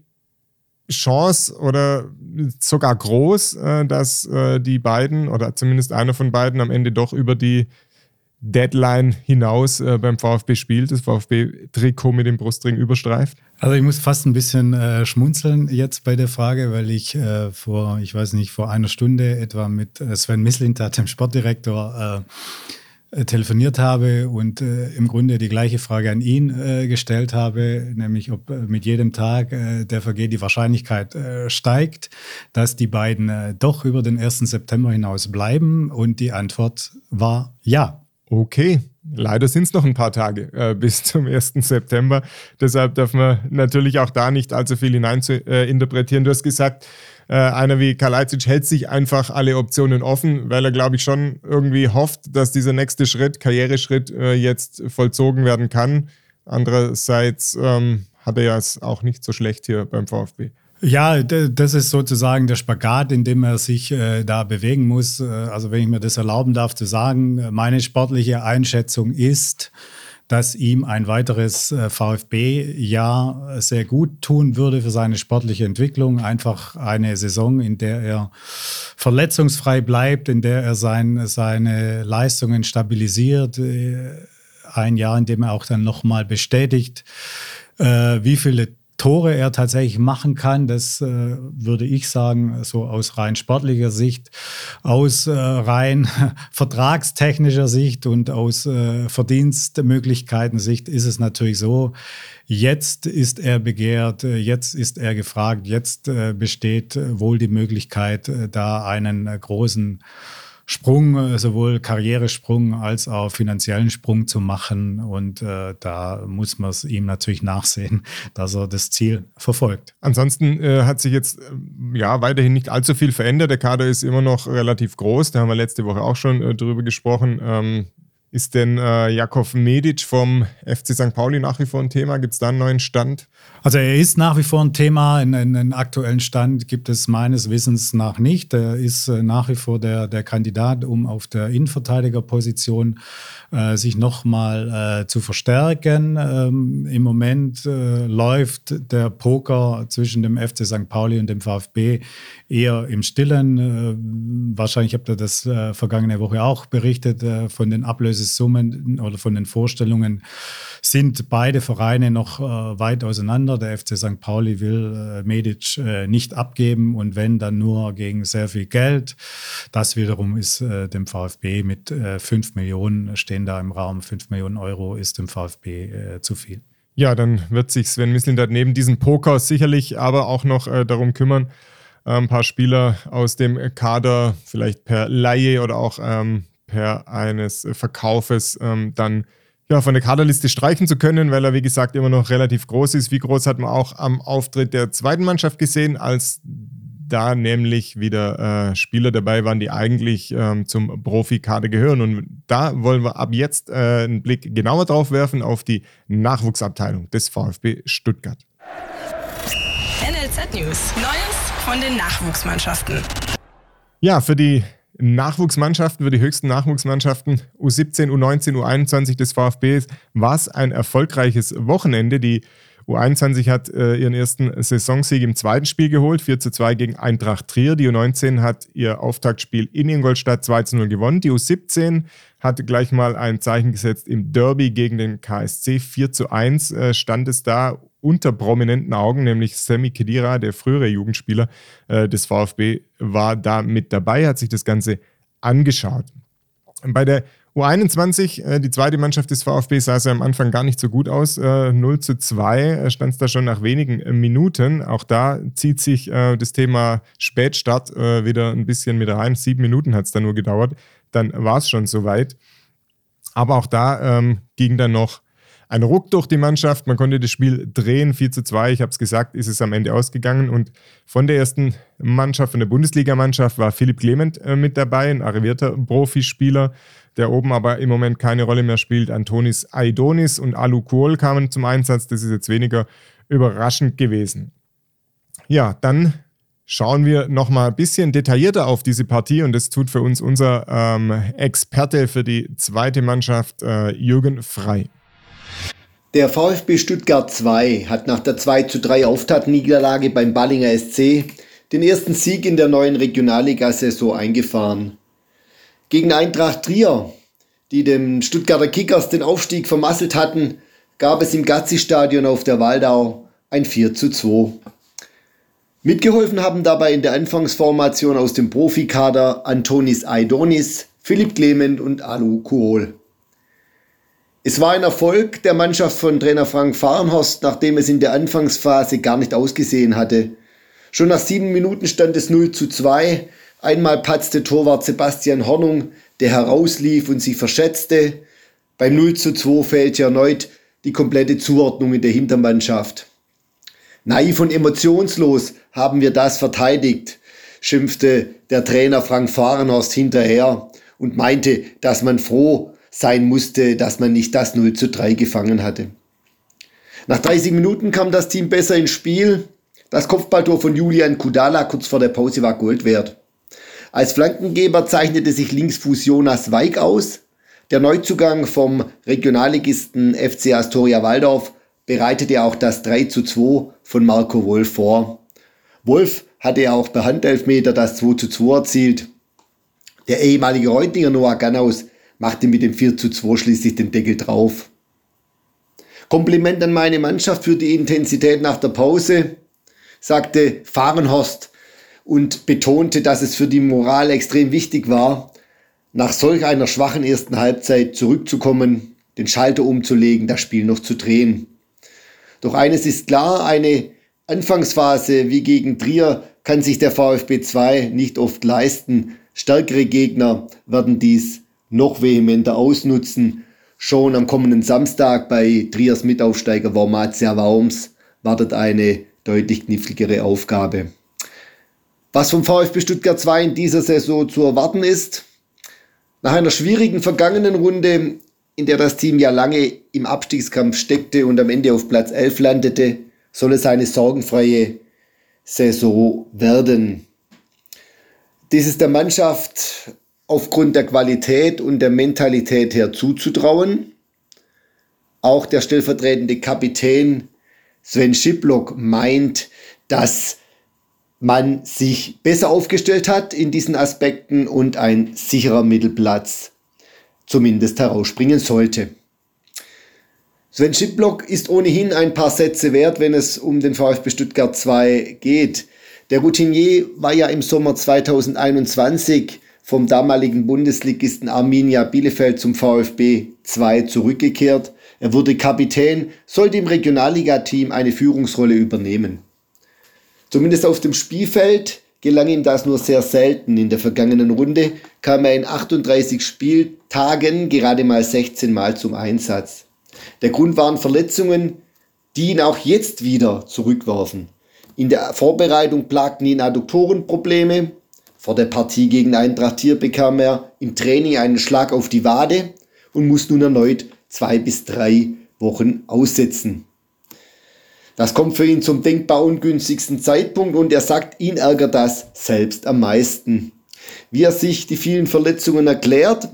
Chance oder sogar groß, äh, dass äh, die beiden oder zumindest einer von beiden am Ende doch über die Deadline hinaus äh, beim VfB spielt, das VfB-Trikot mit dem Brustring überstreift? Also ich muss fast ein bisschen äh, schmunzeln jetzt bei der Frage, weil ich äh, vor, ich weiß nicht, vor einer Stunde etwa mit Sven Mislintat, dem Sportdirektor, äh, telefoniert habe und äh, im Grunde die gleiche Frage an ihn äh, gestellt habe, nämlich ob äh, mit jedem Tag, äh, der vergeht, die Wahrscheinlichkeit äh, steigt, dass die beiden äh, doch über den ersten September hinaus bleiben, und die Antwort war ja. Okay, leider sind es noch ein paar Tage äh, bis zum ersten September, deshalb darf man natürlich auch da nicht allzu viel hinein zu, äh, interpretieren. Du hast gesagt, Äh, einer wie Kalajdzic hält sich einfach alle Optionen offen, weil er, glaube ich, schon irgendwie hofft, dass dieser nächste Schritt, Karriereschritt, äh, jetzt vollzogen werden kann. Andererseits ähm, hat er ja es auch nicht so schlecht hier beim VfB. Ja, das ist sozusagen der Spagat, in dem er sich äh, da bewegen muss. Also wenn ich mir das erlauben darf zu sagen, meine sportliche Einschätzung ist, dass ihm ein weiteres äh, VfB-Jahr sehr gut tun würde für seine sportliche Entwicklung. Einfach eine Saison, in der er verletzungsfrei bleibt, in der er sein, seine Leistungen stabilisiert. Äh, ein Jahr, in dem er auch dann nochmal bestätigt, äh, wie viele Tore er tatsächlich machen kann. Das äh, würde ich sagen, so aus rein sportlicher Sicht, aus äh, rein vertragstechnischer Sicht und aus äh, Verdienstmöglichkeiten Sicht ist es natürlich so, jetzt ist er begehrt, jetzt ist er gefragt, jetzt äh, besteht wohl die Möglichkeit, äh, da einen äh, großen Sprung, sowohl Karrieresprung als auch finanziellen Sprung zu machen. Und äh, da muss man es ihm natürlich nachsehen, dass er das Ziel verfolgt. Ansonsten äh, hat sich jetzt äh, ja weiterhin nicht allzu viel verändert. Der Kader ist immer noch relativ groß. Da haben wir letzte Woche auch schon äh, drüber gesprochen. Ähm, ist denn äh, Jakov Medic vom F C Sankt Pauli nach wie vor ein Thema? Gibt es da einen neuen Stand? Also er ist nach wie vor ein Thema. Einen aktuellen Stand gibt es meines Wissens nach nicht. Er ist äh, nach wie vor der, der Kandidat, um auf der Innenverteidigerposition äh, sich nochmal äh, zu verstärken. Ähm, Im Moment äh, läuft der Poker zwischen dem F C Sankt Pauli und dem VfB eher im Stillen. Äh, wahrscheinlich habt ihr das äh, vergangene Woche auch berichtet. Äh, von den Ablösesummen oder von den Vorstellungen sind beide Vereine noch äh, weit auseinander. Der F C Sankt Pauli will äh, Medic äh, nicht abgeben, und wenn, dann nur gegen sehr viel Geld. Das wiederum ist äh, dem VfB mit äh, fünf Millionen, stehen da im Raum, fünf Millionen Euro ist dem VfB äh, zu viel. Ja, dann wird sich Sven Mislintat neben diesem Poker sicherlich aber auch noch äh, darum kümmern, äh, ein paar Spieler aus dem Kader vielleicht per Leihe oder auch ähm, per eines Verkaufes ähm, dann ja, von der Kaderliste streichen zu können, weil er, wie gesagt, immer noch relativ groß ist. Wie groß hat man auch am Auftritt der zweiten Mannschaft gesehen, als da nämlich wieder äh, Spieler dabei waren, die eigentlich ähm, zum Profikader gehören. Und da wollen wir ab jetzt äh, einen Blick genauer drauf werfen auf die Nachwuchsabteilung des VfB Stuttgart. N L Z News. Neues von den Nachwuchsmannschaften. Ja, für die Nachwuchsmannschaften, für die höchsten Nachwuchsmannschaften U siebzehn, U neunzehn, U einundzwanzig des VfB war es ein erfolgreiches Wochenende. Die U einundzwanzig hat äh, ihren ersten Saisonsieg im zweiten Spiel geholt, vier zu zwei gegen Eintracht Trier. Die U neunzehn hat ihr Auftaktspiel in Ingolstadt zwei zu null gewonnen. Die U siebzehn hat gleich mal ein Zeichen gesetzt im Derby gegen den K S C. vier zu eins äh, stand es da unter prominenten Augen, nämlich Sami Khedira, der frühere Jugendspieler äh, des VfB, war da mit dabei, hat sich das Ganze angeschaut. Bei der U einundzwanzig, äh, die zweite Mannschaft des VfB, sah es ja am Anfang gar nicht so gut aus. Äh, null zu zwei stand es da schon nach wenigen äh, Minuten. Auch da zieht sich äh, das Thema Spätstart äh, wieder ein bisschen mit rein. Sieben Minuten hat es da nur gedauert. Dann war es schon soweit. Aber auch da ähm, ging dann noch ein Ruck durch die Mannschaft. Man konnte das Spiel drehen. vier zu zwei, ich habe es gesagt, ist es am Ende ausgegangen. Und von der ersten Mannschaft, von der Bundesligamannschaft, war Philipp Clement äh, mit dabei, ein arrivierter Profispieler, der oben aber im Moment keine Rolle mehr spielt. Antonis Aidonis und Alu Kuol kamen zum Einsatz. Das ist jetzt weniger überraschend gewesen. Ja, dann schauen wir nochmal ein bisschen detaillierter auf diese Partie und das tut für uns unser ähm, Experte für die zweite Mannschaft, äh, Jürgen Frey. Der VfB Stuttgart zwei hat nach der zwei zu drei Auftaktniederlage beim Ballinger S C den ersten Sieg in der neuen Regionalliga-Saison eingefahren. Gegen Eintracht Trier, die dem Stuttgarter Kickers den Aufstieg vermasselt hatten, gab es im Gazzi-Stadion auf der Waldau ein vier zu zwei. Mitgeholfen haben dabei in der Anfangsformation aus dem Profikader Antonis Aidonis, Philipp Clement und Alu Kuol. Es war ein Erfolg der Mannschaft von Trainer Frank Fahrenhorst, nachdem es in der Anfangsphase gar nicht ausgesehen hatte. Schon nach sieben Minuten stand es null zu zwei. Einmal patzte Torwart Sebastian Hornung, der herauslief und sich verschätzte. Beim null zu zwei fehlte erneut die komplette Zuordnung in der Hintermannschaft. Naiv und emotionslos haben wir das verteidigt, schimpfte der Trainer Frank Fahrenhorst hinterher und meinte, dass man froh sein musste, dass man nicht das null zu drei gefangen hatte. Nach dreißig Minuten kam das Team besser ins Spiel. Das Kopfballtor von Julian Kudala kurz vor der Pause war Gold wert. Als Flankengeber zeichnete sich Linksfuß Jonas Weig aus. Der Neuzugang vom Regionalligisten F C Astoria Waldorf bereitete auch das drei zu zwei von Marco Wolf vor. Wolf hatte auch per Handelfmeter das zwei zu zwei erzielt. Der ehemalige Reutlinger Noah Gannaus machte mit dem vier zu zwei schließlich den Deckel drauf. Kompliment an meine Mannschaft für die Intensität nach der Pause, sagte Fahrenhorst und betonte, dass es für die Moral extrem wichtig war, nach solch einer schwachen ersten Halbzeit zurückzukommen, den Schalter umzulegen, das Spiel noch zu drehen. Doch eines ist klar, eine Anfangsphase wie gegen Trier kann sich der VfB zwei nicht oft leisten. Stärkere Gegner werden dies noch vehementer ausnutzen. Schon am kommenden Samstag bei Triers Mitaufsteiger Wormatia Worms wartet eine deutlich kniffligere Aufgabe. Was vom VfB Stuttgart zwei in dieser Saison zu erwarten ist: Nach einer schwierigen vergangenen Runde, in der das Team ja lange im Abstiegskampf steckte und am Ende auf Platz elf landete, soll es eine sorgenfreie Saison werden. Dies ist der Mannschaft aufgrund der Qualität und der Mentalität her zuzutrauen. Auch der stellvertretende Kapitän Sven Schiplock meint, dass man sich besser aufgestellt hat in diesen Aspekten und ein sicherer Mittelplatz zumindest herausspringen sollte. Sven Schiplock ist ohnehin ein paar Sätze wert, wenn es um den VfB Stuttgart zwei geht. Der Routinier war ja im Sommer zweitausendeinundzwanzig vom damaligen Bundesligisten Arminia Bielefeld zum VfB zwei zurückgekehrt. Er wurde Kapitän, sollte im Regionalliga-Team eine Führungsrolle übernehmen. Zumindest auf dem Spielfeld gelang ihm das nur sehr selten. In der vergangenen Runde kam er in achtunddreißig Spieltagen gerade mal sechzehn Mal zum Einsatz. Der Grund waren Verletzungen, die ihn auch jetzt wieder zurückwarfen. In der Vorbereitung plagten ihn Adduktorenprobleme. Vor der Partie gegen Eintracht Trier bekam er im Training einen Schlag auf die Wade und muss nun erneut zwei bis drei Wochen aussetzen. Das kommt für ihn zum denkbar ungünstigsten Zeitpunkt und er sagt, ihn ärgert das selbst am meisten. Wie er sich die vielen Verletzungen erklärt: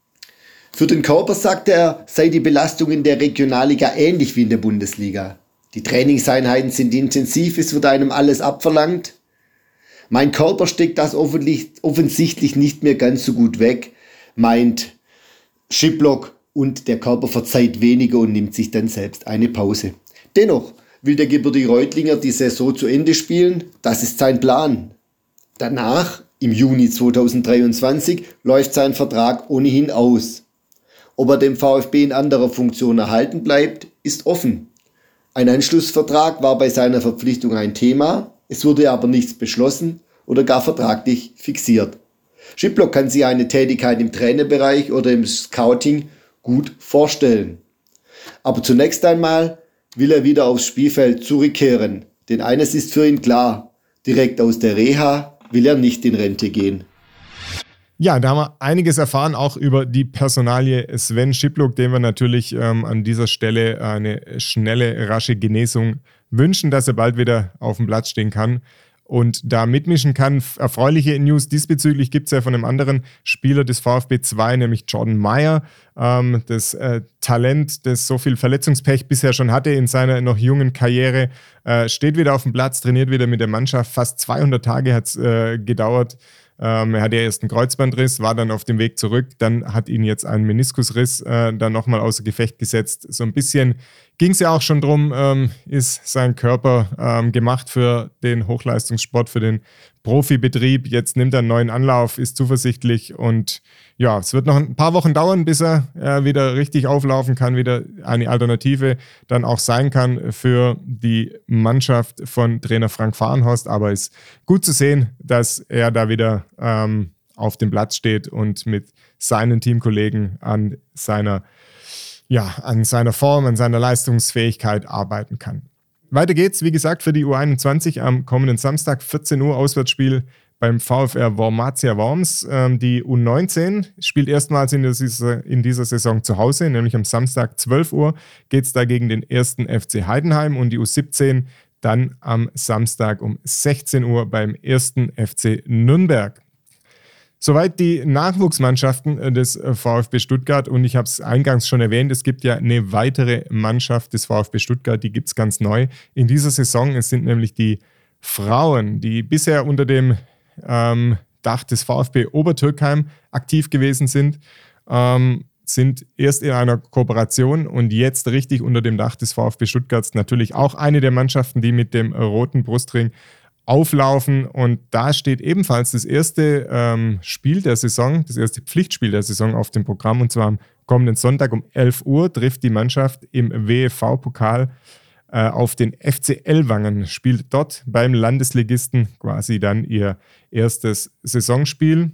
Für den Körper, sagt er, sei die Belastung in der Regionalliga ähnlich wie in der Bundesliga. Die Trainingseinheiten sind intensiv, es wird einem alles abverlangt. Mein Körper steckt das offensichtlich nicht mehr ganz so gut weg, meint Schiplock, und der Körper verzeiht weniger und nimmt sich dann selbst eine Pause. Dennoch will der gebürtige Reutlinger die Saison zu Ende spielen, das ist sein Plan. Danach, im Juni zweitausenddreiundzwanzig, läuft sein Vertrag ohnehin aus. Ob er dem VfB in anderer Funktion erhalten bleibt, ist offen. Ein Anschlussvertrag war bei seiner Verpflichtung ein Thema, es wurde aber nichts beschlossen oder gar vertraglich fixiert. Schiplock kann sich eine Tätigkeit im Trainerbereich oder im Scouting gut vorstellen. Aber zunächst einmal will er wieder aufs Spielfeld zurückkehren, denn eines ist für ihn klar, direkt aus der Reha will er nicht in Rente gehen. Ja, da haben wir einiges erfahren, auch über die Personalie Sven Schiplock, dem wir natürlich ähm, an dieser Stelle eine schnelle, rasche Genesung wünschen, dass er bald wieder auf dem Platz stehen kann und da mitmischen kann. Erfreuliche News diesbezüglich gibt es ja von einem anderen Spieler des VfB zwei, nämlich Jordan Meyer. Ähm, das äh, Talent, das so viel Verletzungspech bisher schon hatte in seiner noch jungen Karriere, äh, steht wieder auf dem Platz, trainiert wieder mit der Mannschaft. Fast zweihundert Tage hat es äh, gedauert. Ähm, er hatte ja erst einen Kreuzbandriss, war dann auf dem Weg zurück, dann hat ihn jetzt ein Meniskusriss äh, dann nochmal außer Gefecht gesetzt. So ein bisschen ging es ja auch schon drum, ähm, ist sein Körper ähm, gemacht für den Hochleistungssport, für den Profibetrieb. Jetzt nimmt er einen neuen Anlauf, ist zuversichtlich und ja, es wird noch ein paar Wochen dauern, bis er äh, wieder richtig auflaufen kann, wieder eine Alternative dann auch sein kann für die Mannschaft von Trainer Frank Fahrenhorst. Aber es ist gut zu sehen, dass er da wieder ähm, auf dem Platz steht und mit seinen Teamkollegen an seiner, ja, an seiner Form, an seiner Leistungsfähigkeit arbeiten kann. Weiter geht's, wie gesagt, für die U einundzwanzig am kommenden Samstag, vierzehn Uhr Auswärtsspiel beim VfR Wormatia Worms. Ähm, die U neunzehn spielt erstmals in dieser, in dieser Saison zu Hause, nämlich am Samstag zwölf Uhr geht es da gegen den ersten F C Heidenheim und die U siebzehn dann am Samstag um sechzehn Uhr beim ersten F C Nürnberg. Soweit die Nachwuchsmannschaften des VfB Stuttgart und ich habe es eingangs schon erwähnt, es gibt ja eine weitere Mannschaft des VfB Stuttgart, die gibt es ganz neu in dieser Saison. Es sind nämlich die Frauen, die bisher unter dem ähm, Dach des VfB Obertürkheim aktiv gewesen sind, ähm, sind erst in einer Kooperation und jetzt richtig unter dem Dach des VfB Stuttgarts natürlich auch eine der Mannschaften, die mit dem roten Brustring auflaufen und da steht ebenfalls das erste ähm, Spiel der Saison, das erste Pflichtspiel der Saison auf dem Programm und zwar am kommenden Sonntag um elf Uhr trifft die Mannschaft im W F V-Pokal äh, auf den F C Ellwangen, spielt dort beim Landesligisten quasi dann ihr erstes Saisonspiel,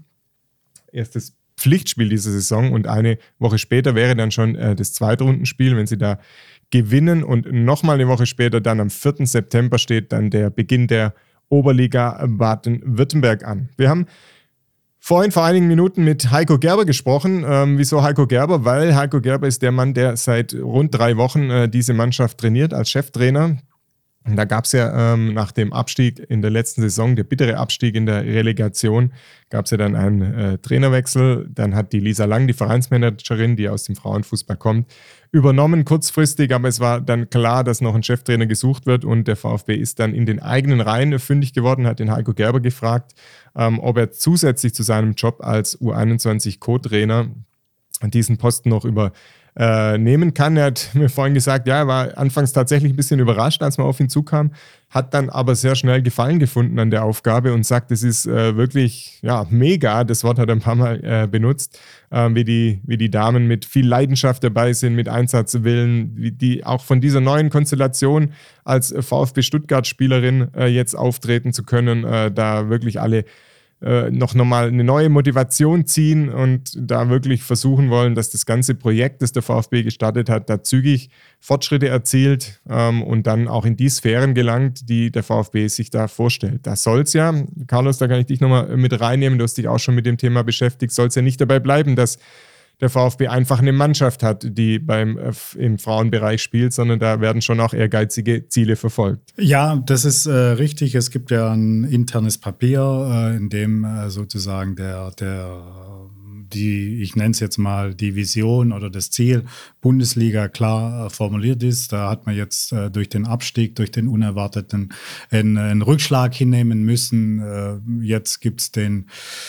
erstes Pflichtspiel dieser Saison und eine Woche später wäre dann schon äh, das Zweitrundenspiel, wenn sie da gewinnen und nochmal eine Woche später, dann am vierten September steht dann der Beginn der Oberliga Baden-Württemberg an. Wir haben vorhin vor einigen Minuten mit Heiko Gerber gesprochen. Ähm, wieso Heiko Gerber? Weil Heiko Gerber ist der Mann, der seit rund drei Wochen äh, diese Mannschaft trainiert als Cheftrainer. Und da gab es ja ähm, nach dem Abstieg in der letzten Saison, der bittere Abstieg in der Relegation, gab es ja dann einen äh, Trainerwechsel. Dann hat die Lisa Lang, die Vereinsmanagerin, die aus dem Frauenfußball kommt, übernommen kurzfristig. Aber es war dann klar, dass noch ein Cheftrainer gesucht wird und der VfB ist dann in den eigenen Reihen fündig geworden, hat den Heiko Gerber gefragt, ähm, ob er zusätzlich zu seinem Job als U einundzwanzig Co-Trainer diesen Posten noch über Äh, nehmen kann. Er hat mir vorhin gesagt, ja, er war anfangs tatsächlich ein bisschen überrascht, als man auf ihn zukam, hat dann aber sehr schnell Gefallen gefunden an der Aufgabe und sagt, es ist äh, wirklich ja, mega, das Wort hat er ein paar Mal äh, benutzt, äh, wie, die, wie die Damen mit viel Leidenschaft dabei sind, mit Einsatzwillen, wie die auch von dieser neuen Konstellation als VfB Stuttgart-Spielerin äh, jetzt auftreten zu können, äh, da wirklich alle noch nochmal eine neue Motivation ziehen und da wirklich versuchen wollen, dass das ganze Projekt, das der VfB gestartet hat, da zügig Fortschritte erzielt ähm, und dann auch in die Sphären gelangt, die der VfB sich da vorstellt. Da soll es ja, Carlos, da kann ich dich nochmal mit reinnehmen, du hast dich auch schon mit dem Thema beschäftigt, soll es ja nicht dabei bleiben, dass der VfB einfach eine Mannschaft hat, die beim, äh, im Frauenbereich spielt, sondern da werden schon auch ehrgeizige Ziele verfolgt. Ja, das ist äh, richtig. Es gibt ja ein internes Papier, äh, in dem äh, sozusagen der, der, die, ich nenne es jetzt mal, die Vision oder das Ziel Bundesliga klar äh, formuliert ist. Da hat man jetzt äh, durch den Abstieg, durch den unerwarteten einen, einen Rückschlag hinnehmen müssen. Äh, jetzt gibt es den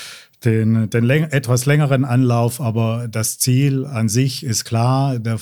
den, den läng- etwas längeren Anlauf, aber das Ziel an sich ist klar. Der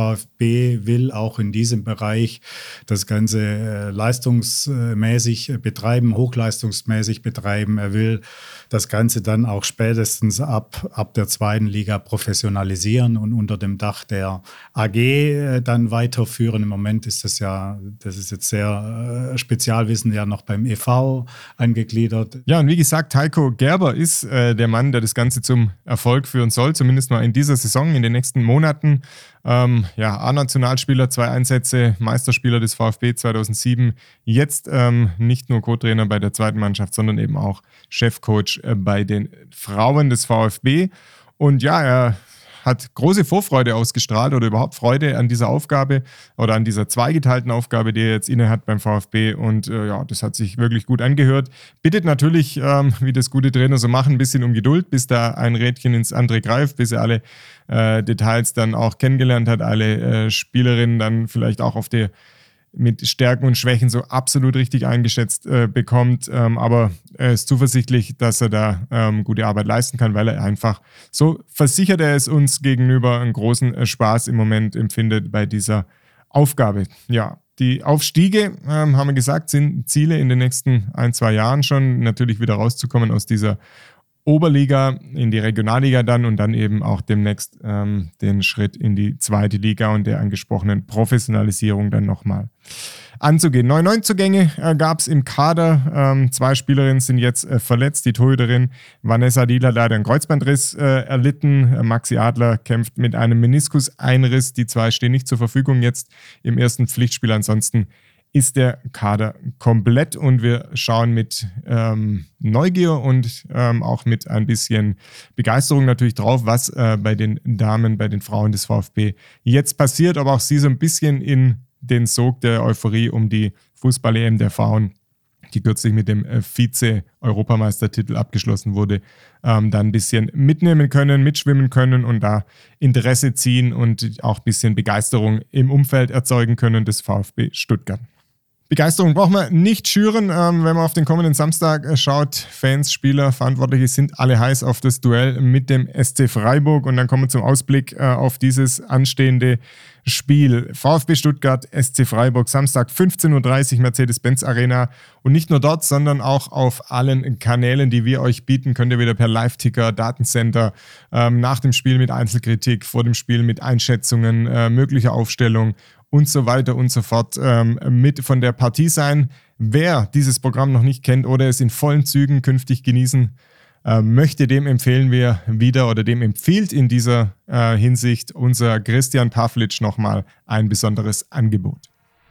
VfB will auch in diesem Bereich das Ganze äh, leistungsmäßig betreiben, hochleistungsmäßig betreiben. Er will das Ganze dann auch spätestens ab, ab der zweiten Liga professionalisieren und unter dem Dach der A G äh, dann weiterführen. Im Moment ist das ja, das ist jetzt sehr äh, Spezialwissen, ja noch beim E V angegliedert. Ja, und wie gesagt, Heiko Gerber ist äh, der Mann, der das Ganze zum Erfolg führen soll, zumindest mal in dieser Saison, in den nächsten Monaten. Ähm, ja, A-Nationalspieler, zwei Einsätze, Meisterspieler des VfB zweitausendsieben, jetzt ähm, nicht nur Co-Trainer bei der zweiten Mannschaft, sondern eben auch Chefcoach äh, bei den Frauen des VfB. Und ja, er hat große Vorfreude ausgestrahlt oder überhaupt Freude an dieser Aufgabe oder an dieser zweigeteilten Aufgabe, die er jetzt inne hat beim VfB. Und äh, ja, das hat sich wirklich gut angehört. Bittet natürlich, ähm, wie das gute Trainer so machen, ein bisschen um Geduld, bis da ein Rädchen ins andere greift, bis er alle äh, Details dann auch kennengelernt hat, alle äh, Spielerinnen dann vielleicht auch auf der mit Stärken und Schwächen so absolut richtig eingeschätzt äh, bekommt. Ähm, aber er ist zuversichtlich, dass er da ähm, gute Arbeit leisten kann, weil er einfach, so versichert er es uns gegenüber, einen großen äh, Spaß im Moment empfindet bei dieser Aufgabe. Ja, die Aufstiege, ähm, haben wir gesagt, sind Ziele in den nächsten ein, zwei Jahren schon, natürlich wieder rauszukommen aus dieser Oberliga in die Regionalliga dann und dann eben auch demnächst ähm, den Schritt in die zweite Liga und der angesprochenen Professionalisierung dann nochmal anzugehen. Neue Neuzugänge äh, gab es im Kader. Ähm, zwei Spielerinnen sind jetzt äh, verletzt. Die Torhüterin Vanessa Dieler hat leider einen Kreuzbandriss äh, erlitten. Äh, Maxi Adler kämpft mit einem Meniskuseinriss. Die zwei stehen nicht zur Verfügung jetzt im ersten Pflichtspiel. Ansonsten ist der Kader komplett und wir schauen mit ähm, Neugier und ähm, auch mit ein bisschen Begeisterung natürlich drauf, was äh, bei den Damen, bei den Frauen des VfB jetzt passiert, aber auch sie so ein bisschen in den Sog der Euphorie um die Fußball-E M der Frauen, die kürzlich mit dem äh, Vize-Europameistertitel abgeschlossen wurde, ähm, dann ein bisschen mitnehmen können, mitschwimmen können und da Interesse ziehen und auch ein bisschen Begeisterung im Umfeld erzeugen können des VfB Stuttgart. Begeisterung braucht man nicht schüren, ähm, wenn man auf den kommenden Samstag äh, schaut. Fans, Spieler, Verantwortliche sind alle heiß auf das Duell mit dem S C Freiburg. Und dann kommen wir zum Ausblick äh, auf dieses anstehende Spiel. VfB Stuttgart, S C Freiburg, Samstag fünfzehn Uhr dreißig, Mercedes-Benz Arena. Und nicht nur dort, sondern auch auf allen Kanälen, die wir euch bieten, könnt ihr wieder per Live-Ticker, Datencenter, ähm, nach dem Spiel mit Einzelkritik, vor dem Spiel mit Einschätzungen, äh, möglicher Aufstellung und so weiter und so fort ähm, mit von der Partie sein. Wer dieses Programm noch nicht kennt oder es in vollen Zügen künftig genießen äh, möchte, dem empfehlen wir wieder oder dem empfiehlt in dieser äh, Hinsicht unser Christian Pavlic nochmal ein besonderes Angebot.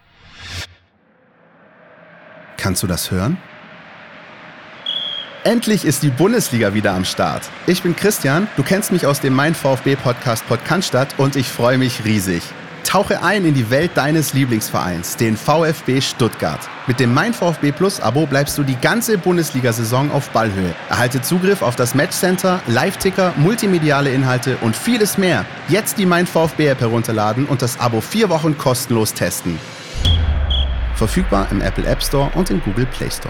Kannst du das hören? Endlich ist die Bundesliga wieder am Start. Ich bin Christian, du kennst mich aus dem Mein VfB-Podcast Podcast und ich freue mich riesig. Tauche ein in die Welt deines Lieblingsvereins, den VfB Stuttgart. Mit dem Mein VfB Plus Abo bleibst du die ganze Bundesliga-Saison auf Ballhöhe. Erhalte Zugriff auf das Matchcenter, Live-Ticker, multimediale Inhalte und vieles mehr. Jetzt die Mein VfB-App herunterladen und das Abo vier Wochen kostenlos testen. Verfügbar im Apple App Store und im Google Play Store.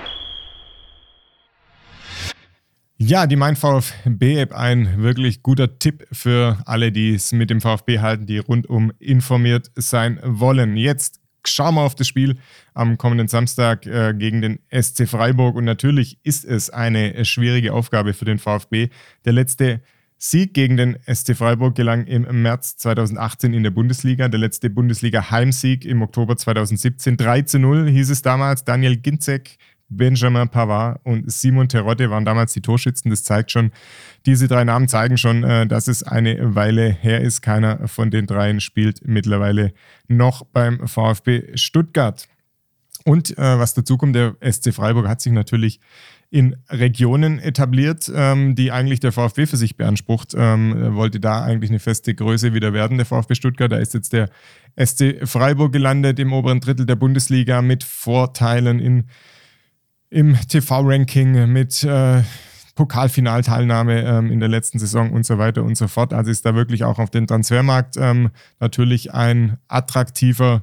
Ja, die Mein VfB-App, ein wirklich guter Tipp für alle, die es mit dem VfB halten, die rundum informiert sein wollen. Jetzt schauen wir auf das Spiel am kommenden Samstag äh, gegen den S C Freiburg und natürlich ist es eine schwierige Aufgabe für den VfB. Der letzte Sieg gegen den S C Freiburg gelang im März zweitausendachtzehn in der Bundesliga. Der letzte Bundesliga-Heimsieg im Oktober zweitausendsiebzehn. drei zu null hieß es damals. Daniel Ginczek, Benjamin Pavard und Simon Terodde waren damals die Torschützen. Das zeigt schon, diese drei Namen zeigen schon, dass es eine Weile her ist. Keiner von den dreien spielt mittlerweile noch beim VfB Stuttgart. Und äh, was dazu kommt, der S C Freiburg hat sich natürlich in Regionen etabliert, ähm, die eigentlich der VfB für sich beansprucht. Ähm, wollte da eigentlich eine feste Größe wieder werden, der VfB Stuttgart. Da ist jetzt der S C Freiburg gelandet im oberen Drittel der Bundesliga mit Vorteilen in im T V-Ranking, mit äh, Pokalfinalteilnahme ähm, in der letzten Saison und so weiter und so fort. Also ist da wirklich auch auf dem Transfermarkt ähm, natürlich ein attraktiver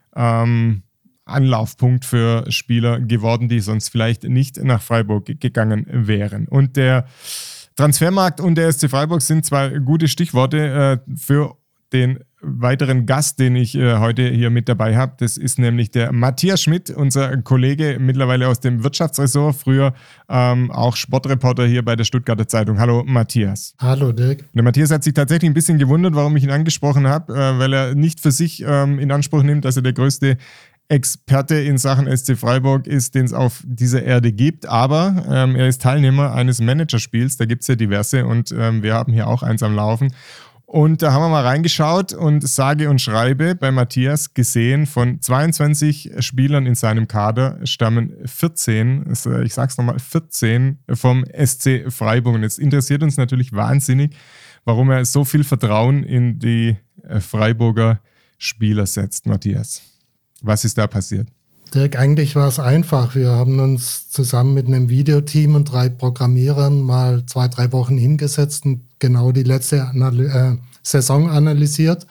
ähm, Anlaufpunkt für Spieler geworden, die sonst vielleicht nicht nach Freiburg gegangen wären. Und der Transfermarkt und der S C Freiburg sind zwei gute Stichworte äh, für den weiteren Gast, den ich äh, heute hier mit dabei habe. Das ist nämlich der Matthias Schmidt, unser Kollege mittlerweile aus dem Wirtschaftsressort, früher ähm, auch Sportreporter hier bei der Stuttgarter Zeitung. Hallo Matthias. Hallo Dirk. Der Matthias hat sich tatsächlich ein bisschen gewundert, warum ich ihn angesprochen habe, äh, weil er nicht für sich ähm, in Anspruch nimmt, dass er der größte Experte in Sachen S C Freiburg ist, den es auf dieser Erde gibt, aber ähm, er ist Teilnehmer eines Managerspiels, da gibt es ja diverse und ähm, wir haben hier auch eins am Laufen. Und da haben wir mal reingeschaut und sage und schreibe bei Matthias gesehen, von zweiundzwanzig Spielern in seinem Kader stammen vierzehn, ich sag's nochmal, vierzehn vom S C Freiburg. Und jetzt interessiert uns natürlich wahnsinnig, warum er so viel Vertrauen in die Freiburger Spieler setzt, Matthias. Was ist da passiert? Dirk, eigentlich war es einfach. Wir haben uns zusammen mit einem Videoteam und drei Programmierern mal zwei, drei Wochen hingesetzt und genau die letzte Anal- äh, Saison analysiert.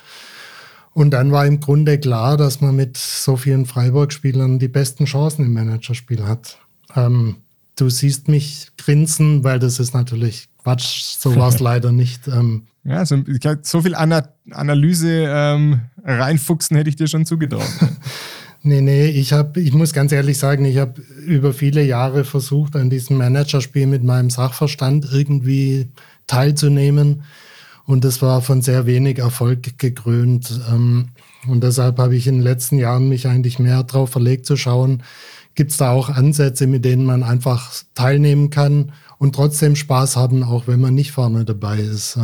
Und dann war im Grunde klar, dass man mit so vielen Freiburg-Spielern die besten Chancen im Managerspiel hat. Ähm, du siehst mich grinsen, weil das ist natürlich Quatsch. So war es leider nicht. Ähm, ja, so, so viel Ana- Analyse ähm, reinfuchsen hätte ich dir schon zugetraut. Nee, nee, ich, hab, ich muss ganz ehrlich sagen, ich habe über viele Jahre versucht, an diesem Managerspiel mit meinem Sachverstand irgendwie teilzunehmen. Und das war von sehr wenig Erfolg gekrönt. Und deshalb habe ich in den letzten Jahren mich eigentlich mehr darauf verlegt zu schauen, gibt es da auch Ansätze, mit denen man einfach teilnehmen kann und trotzdem Spaß haben, auch wenn man nicht vorne dabei ist.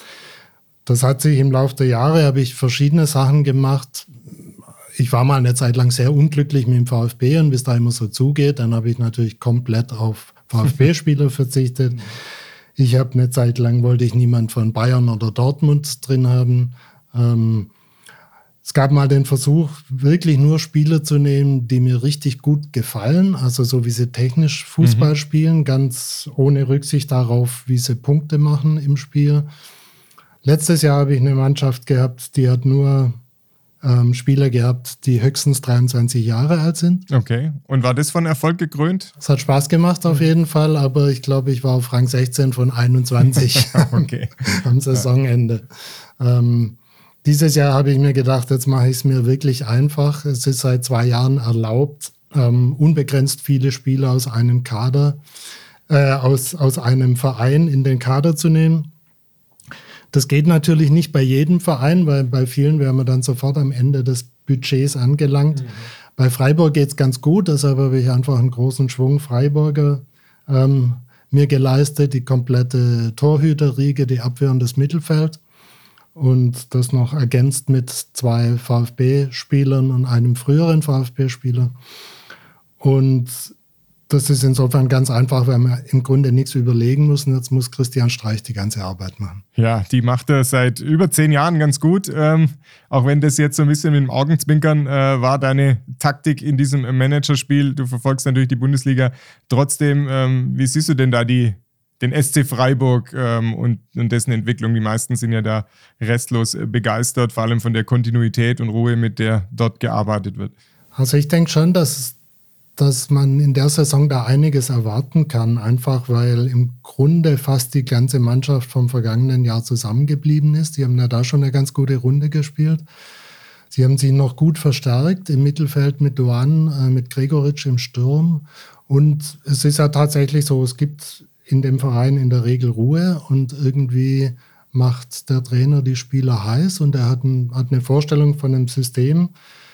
Das hat sich im Laufe der Jahre, habe ich verschiedene Sachen gemacht. Ich war mal eine Zeit lang sehr unglücklich mit dem VfB und wie es da immer so zugeht, dann habe ich natürlich komplett auf VfB-Spieler verzichtet. Ich habe eine Zeit lang, wollte ich niemand von Bayern oder Dortmund drin haben. Ähm, es gab mal den Versuch, wirklich nur Spieler zu nehmen, die mir richtig gut gefallen, also so wie sie technisch Fußball mhm. spielen, ganz ohne Rücksicht darauf, wie sie Punkte machen im Spiel. Letztes Jahr habe ich eine Mannschaft gehabt, die hat nur Ähm, Spieler gehabt, die höchstens dreiundzwanzig Jahre alt sind. Okay. Und war das von Erfolg gekrönt? Es hat Spaß gemacht auf jeden Fall, aber ich glaube, ich war auf Rang sechzehn von einundzwanzig okay. am Saisonende. Ja. Ähm, dieses Jahr habe ich mir gedacht, jetzt mache ich es mir wirklich einfach. Es ist seit zwei Jahren erlaubt, ähm, unbegrenzt viele Spieler aus einem Kader, äh, aus, aus einem Verein in den Kader zu nehmen. Das geht natürlich nicht bei jedem Verein, weil bei vielen wären wir dann sofort am Ende des Budgets angelangt. Mhm. Bei Freiburg geht es ganz gut, deshalb habe ich einfach einen großen Schwung Freiburger ähm, mir geleistet, die komplette Torhüterriege, die Abwehr und das Mittelfeld und das noch ergänzt mit zwei VfB-Spielern und einem früheren VfB-Spieler. Und das ist insofern ganz einfach, weil wir im Grunde nichts überlegen müssen. Jetzt muss Christian Streich die ganze Arbeit machen. Ja, die macht er seit über zehn Jahren ganz gut. Ähm, auch wenn das jetzt so ein bisschen mit dem Augenzwinkern äh, war, deine Taktik in diesem Managerspiel. Du verfolgst natürlich die Bundesliga. Trotzdem, ähm, wie siehst du denn da die, den S C Freiburg ähm, und, und dessen Entwicklung? Die meisten sind ja da restlos begeistert, vor allem von der Kontinuität und Ruhe, mit der dort gearbeitet wird. Also ich denke schon, dass dass man in der Saison da einiges erwarten kann, einfach weil im Grunde fast die ganze Mannschaft vom vergangenen Jahr zusammengeblieben ist. Die haben ja da schon eine ganz gute Runde gespielt. Sie haben sich noch gut verstärkt im Mittelfeld mit Duan, äh, mit Gregoritsch im Sturm. Und es ist ja tatsächlich so, es gibt in dem Verein in der Regel Ruhe und irgendwie macht der Trainer die Spieler heiß und er hat, ein, hat eine Vorstellung von einem System.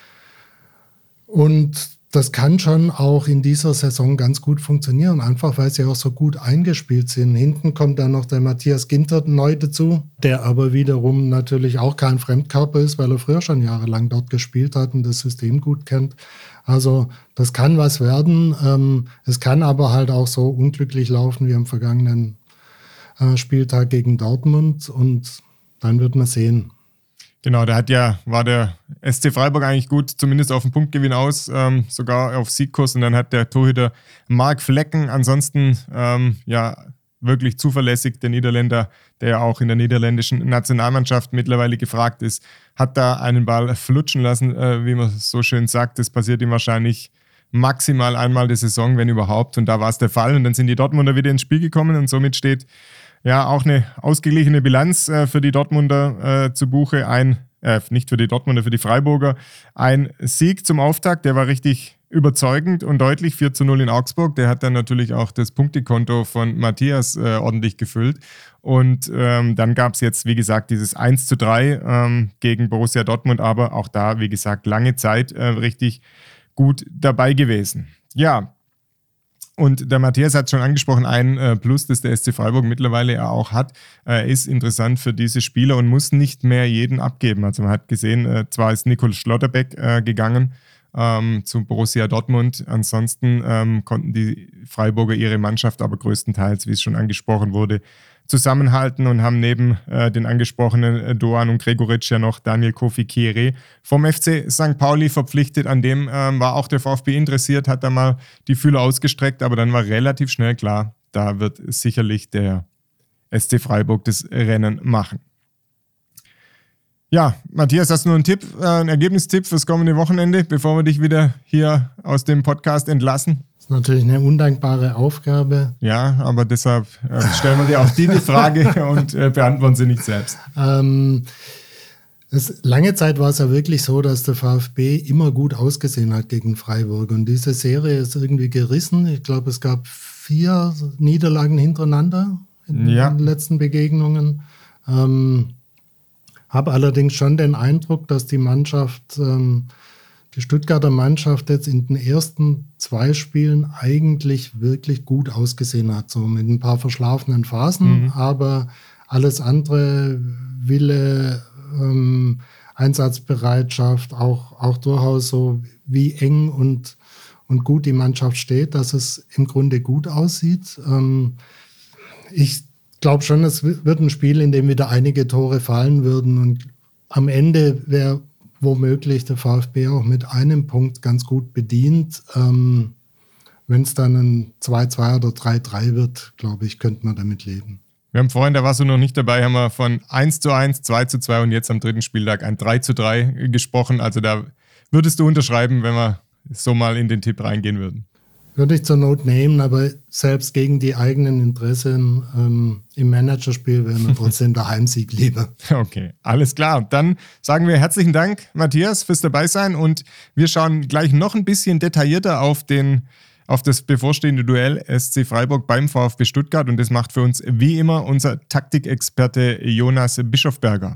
Und das kann schon auch in dieser Saison ganz gut funktionieren, einfach weil sie auch so gut eingespielt sind. Hinten kommt dann noch der Matthias Ginter neu dazu, der aber wiederum natürlich auch kein Fremdkörper ist, weil er früher schon jahrelang dort gespielt hat und das System gut kennt. Also das kann was werden. Ähm, es kann aber halt auch so unglücklich laufen wie am vergangenen äh, Spieltag gegen Dortmund und dann wird man sehen. Genau, da hat ja, war der S C Freiburg eigentlich gut, zumindest auf den Punktgewinn aus, ähm, sogar auf Siegkurs. Und dann hat der Torhüter Marc Flecken ansonsten, ähm, ja, wirklich zuverlässig. Der Niederländer, der ja auch in der niederländischen Nationalmannschaft mittlerweile gefragt ist, hat da einen Ball flutschen lassen, äh, wie man so schön sagt. Das passiert ihm wahrscheinlich maximal einmal die Saison, wenn überhaupt. Und da war es der Fall. Und dann sind die Dortmunder wieder ins Spiel gekommen und somit steht ja auch eine ausgeglichene Bilanz äh, für die Dortmunder äh, zu Buche. Ein, äh, nicht für die Dortmunder, für die Freiburger. Ein Sieg zum Auftakt, der war richtig überzeugend und deutlich, vier zu null in Augsburg. Der hat dann natürlich auch das Punktekonto von Matthias äh, ordentlich gefüllt. Und ähm, dann gab es jetzt, wie gesagt, dieses eins zu drei ähm, gegen Borussia Dortmund, aber auch da, wie gesagt, lange Zeit äh, richtig gut dabei gewesen. Ja, und der Matthias hat schon angesprochen, ein äh, Plus, das der S C Freiburg mittlerweile ja auch hat, äh, ist interessant für diese Spieler und muss nicht mehr jeden abgeben. Also man hat gesehen, äh, zwar ist Nikol Schlotterbeck äh, gegangen, Ähm, zu Borussia Dortmund. Ansonsten ähm, konnten die Freiburger ihre Mannschaft aber größtenteils, wie es schon angesprochen wurde, zusammenhalten und haben neben äh, den angesprochenen äh, Doan und Gregoritsch ja noch Daniel Kofi Kieré vom F C Sankt Pauli verpflichtet. An dem ähm, war auch der VfB interessiert, hat da mal die Fühler ausgestreckt, aber dann war relativ schnell klar, da wird sicherlich der S C Freiburg das Rennen machen. Ja, Matthias, hast du noch einen Tipp, äh, einen Ergebnistipp fürs kommende Wochenende, bevor wir dich wieder hier aus dem Podcast entlassen? Das ist natürlich eine undankbare Aufgabe. Ja, aber deshalb äh, stellen wir dir auch die, die Frage und äh, beantworten sie nicht selbst. Ähm, es, lange Zeit war es ja wirklich so, dass der VfB immer gut ausgesehen hat gegen Freiburg. Und diese Serie ist irgendwie gerissen. Ich glaube, es gab vier Niederlagen hintereinander in ja. den letzten Begegnungen. Ähm, Habe allerdings schon den Eindruck, dass die Mannschaft, ähm, die Stuttgarter Mannschaft jetzt in den ersten zwei Spielen eigentlich wirklich gut ausgesehen hat. So mit ein paar verschlafenen Phasen, mhm. aber alles andere, Wille, ähm, Einsatzbereitschaft, auch, auch durchaus so, wie eng und, und gut die Mannschaft steht, dass es im Grunde gut aussieht. Ähm, ich Ich glaube schon, es wird ein Spiel, in dem wieder einige Tore fallen würden und am Ende wäre womöglich der VfB auch mit einem Punkt ganz gut bedient. Ähm, wenn es dann ein zwei zwei oder drei drei wird, glaube ich, könnte man damit leben. Wir haben vorhin, da warst du noch nicht dabei, haben wir von eins zu eins, zwei zu zwei und jetzt am dritten Spieltag ein drei zu drei gesprochen. Also da würdest du unterschreiben, wenn wir so mal in den Tipp reingehen würden. Würde ich zur Not nehmen, aber selbst gegen die eigenen Interessen ähm, im Managerspiel wäre mir trotzdem der Heimsieg lieber. Okay, alles klar. Dann sagen wir herzlichen Dank, Matthias, fürs Dabeisein und wir schauen gleich noch ein bisschen detaillierter auf, den, auf das bevorstehende Duell S C Freiburg beim VfB Stuttgart und das macht für uns wie immer unser Taktikexperte Jonas Bischofberger.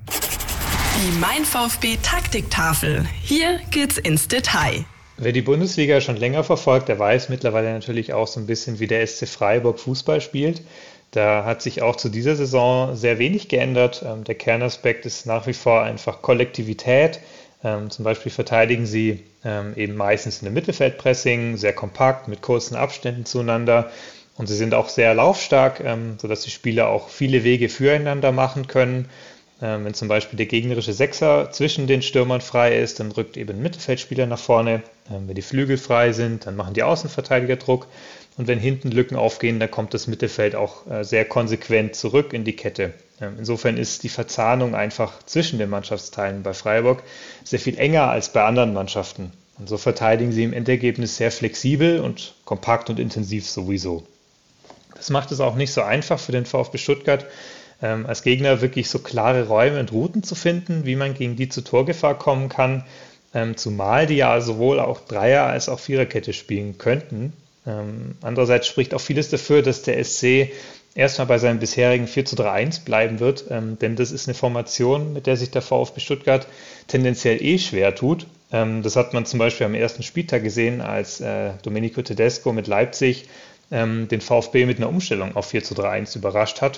Die Mein VfB Taktiktafel. Hier geht's ins Detail. Wer die Bundesliga schon länger verfolgt, der weiß mittlerweile natürlich auch so ein bisschen, wie der S C Freiburg Fußball spielt. Da hat sich auch zu dieser Saison sehr wenig geändert. Ähm, der Kernaspekt ist nach wie vor einfach Kollektivität. Ähm, zum Beispiel verteidigen sie ähm, eben meistens in einem Mittelfeldpressing, sehr kompakt, mit kurzen Abständen zueinander. Und sie sind auch sehr laufstark, ähm, sodass die Spieler auch viele Wege füreinander machen können. Ähm, wenn zum Beispiel der gegnerische Sechser zwischen den Stürmern frei ist, dann rückt eben ein Mittelfeldspieler nach vorne. Ähm, wenn die Flügel frei sind, dann machen die Außenverteidiger Druck. Und wenn hinten Lücken aufgehen, dann kommt das Mittelfeld auch äh, sehr konsequent zurück in die Kette. Ähm, insofern ist die Verzahnung einfach zwischen den Mannschaftsteilen bei Freiburg sehr viel enger als bei anderen Mannschaften. Und so verteidigen sie im Endergebnis sehr flexibel und kompakt und intensiv sowieso. Das macht es auch nicht so einfach für den VfB Stuttgart, ähm, als Gegner wirklich so klare Räume und Routen zu finden, wie man gegen die zur Torgefahr kommen kann, ähm, zumal die ja sowohl auch Dreier- als auch Viererkette spielen könnten. Ähm, andererseits spricht auch vieles dafür, dass der S C erstmal bei seinem bisherigen vier zu drei eins bleiben wird, ähm, denn das ist eine Formation, mit der sich der VfB Stuttgart tendenziell eh schwer tut. Ähm, das hat man zum Beispiel am ersten Spieltag gesehen, als äh, Domenico Tedesco mit Leipzig ähm, den VfB mit einer Umstellung auf vier zu drei eins überrascht hat.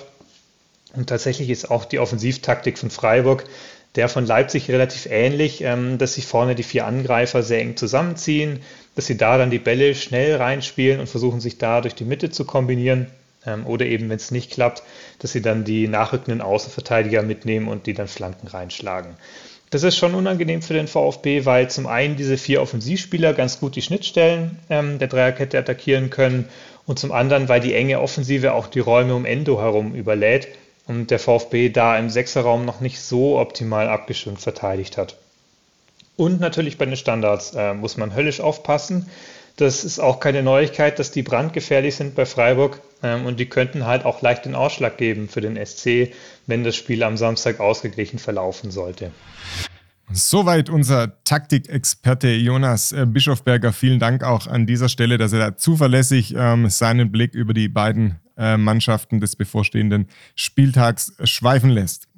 Und tatsächlich ist auch die Offensivtaktik von Freiburg der von Leipzig relativ ähnlich, ähm, dass sich vorne die vier Angreifer sehr eng zusammenziehen, dass sie da dann die Bälle schnell reinspielen und versuchen, sich da durch die Mitte zu kombinieren. Ähm, oder eben, wenn es nicht klappt, dass sie dann die nachrückenden Außenverteidiger mitnehmen und die dann Flanken reinschlagen. Das ist schon unangenehm für den VfB, weil zum einen diese vier Offensivspieler ganz gut die Schnittstellen ähm, der Dreierkette attackieren können und zum anderen, weil die enge Offensive auch die Räume um Endo herum überlädt und der VfB da im Sechserraum noch nicht so optimal abgestimmt verteidigt hat. Und natürlich bei den Standards äh, muss man höllisch aufpassen. Das ist auch keine Neuigkeit, dass die brandgefährlich sind bei Freiburg ähm, und die könnten halt auch leicht den Ausschlag geben für den S C, wenn das Spiel am Samstag ausgeglichen verlaufen sollte. Soweit unser Taktikexperte Jonas Bischofberger. Vielen Dank auch an dieser Stelle, dass er da zuverlässig ähm, seinen Blick über die beiden äh, Mannschaften des bevorstehenden Spieltags schweifen lässt.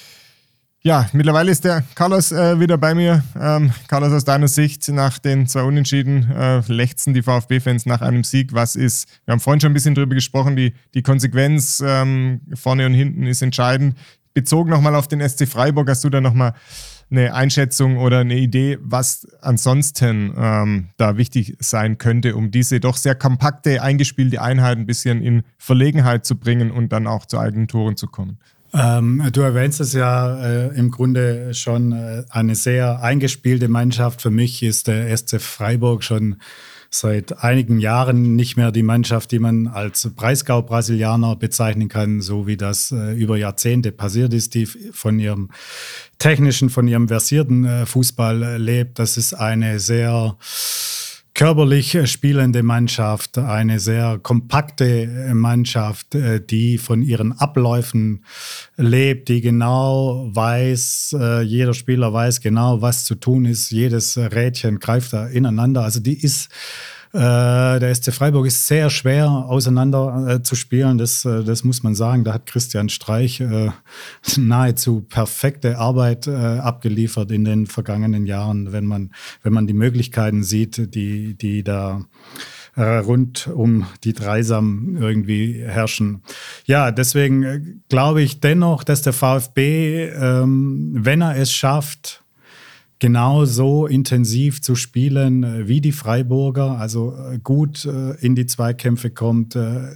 Ja, mittlerweile ist der Carlos äh, wieder bei mir. Ähm, Carlos, aus deiner Sicht, nach den zwei Unentschieden äh, lechzen die VfB-Fans nach einem Sieg. Was ist, wir haben vorhin schon ein bisschen drüber gesprochen, die, die Konsequenz ähm, vorne und hinten ist entscheidend. Bezogen nochmal auf den S C Freiburg, hast du da nochmal eine Einschätzung oder eine Idee, was ansonsten ähm, da wichtig sein könnte, um diese doch sehr kompakte, eingespielte Einheit ein bisschen in Verlegenheit zu bringen und dann auch zu eigenen Toren zu kommen? Ähm, du erwähnst es ja äh, im Grunde schon, äh, eine sehr eingespielte Mannschaft. Für mich ist der S C Freiburg schon seit einigen Jahren nicht mehr die Mannschaft, die man als Breisgau-Brasilianer bezeichnen kann, so wie das äh, über Jahrzehnte passiert ist, die von ihrem technischen, von ihrem versierten äh, Fußball äh, lebt. Das ist eine sehr körperlich spielende Mannschaft, eine sehr kompakte Mannschaft, die von ihren Abläufen lebt, die genau weiß, jeder Spieler weiß genau, was zu tun ist, jedes Rädchen greift da ineinander. Also die ist, der S C Freiburg ist sehr schwer auseinander zu spielen, das, das muss man sagen. Da hat Christian Streich nahezu perfekte Arbeit abgeliefert in den vergangenen Jahren, wenn man, wenn man die Möglichkeiten sieht, die, die da rund um die Dreisam irgendwie herrschen. Ja, deswegen glaube ich dennoch, dass der VfB, wenn er es schafft, genau so intensiv zu spielen wie die Freiburger, also gut in die Zweikämpfe kommt,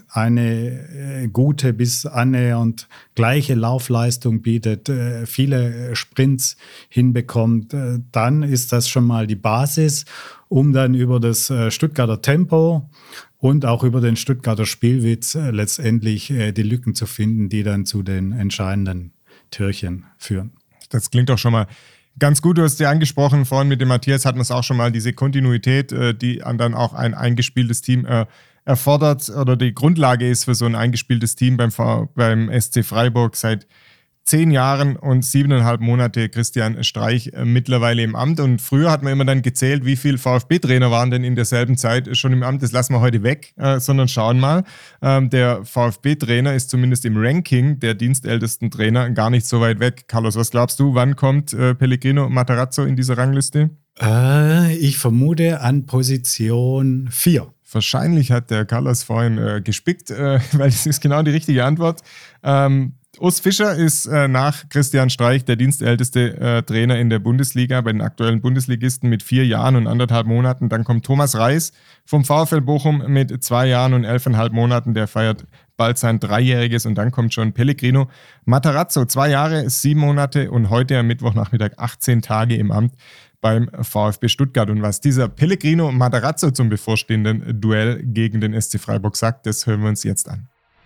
eine gute bis annähernd gleiche Laufleistung bietet, viele Sprints hinbekommt, dann ist das schon mal die Basis, um dann über das Stuttgarter Tempo und auch über den Stuttgarter Spielwitz letztendlich die Lücken zu finden, die dann zu den entscheidenden Türchen führen. Das klingt doch schon mal ganz gut. Du hast ja angesprochen, vorhin mit dem Matthias hatten wir es auch schon mal, diese Kontinuität, die dann auch ein eingespieltes Team erfordert oder die Grundlage ist für so ein eingespieltes Team beim, beim S C Freiburg seit zehn Jahren und siebeneinhalb Monate Christian Streich mittlerweile im Amt. Und früher hat man immer dann gezählt, wie viele VfB-Trainer waren denn in derselben Zeit schon im Amt. Das lassen wir heute weg, äh, sondern schauen mal. Ähm, der VfB-Trainer ist zumindest im Ranking der dienstältesten Trainer gar nicht so weit weg. Carlos, was glaubst du, wann kommt äh, Pellegrino Matarazzo in dieser Rangliste? Äh, ich vermute an Position vier. Wahrscheinlich hat der Carlos vorhin äh, gespickt, äh, weil das ist genau die richtige Antwort. Ähm, Urs Fischer ist äh, nach Christian Streich der dienstälteste äh, Trainer in der Bundesliga, bei den aktuellen Bundesligisten mit vier Jahren und anderthalb Monaten. Dann kommt Thomas Reis vom VfL Bochum mit zwei Jahren und elfeinhalb Monaten. Der feiert bald sein Dreijähriges. Und dann kommt schon Pellegrino Matarazzo, zwei Jahre, sieben Monate und heute am Mittwochnachmittag achtzehn Tage im Amt beim VfB Stuttgart. Und was dieser Pellegrino Matarazzo zum bevorstehenden Duell gegen den S C Freiburg sagt, das hören wir uns jetzt an.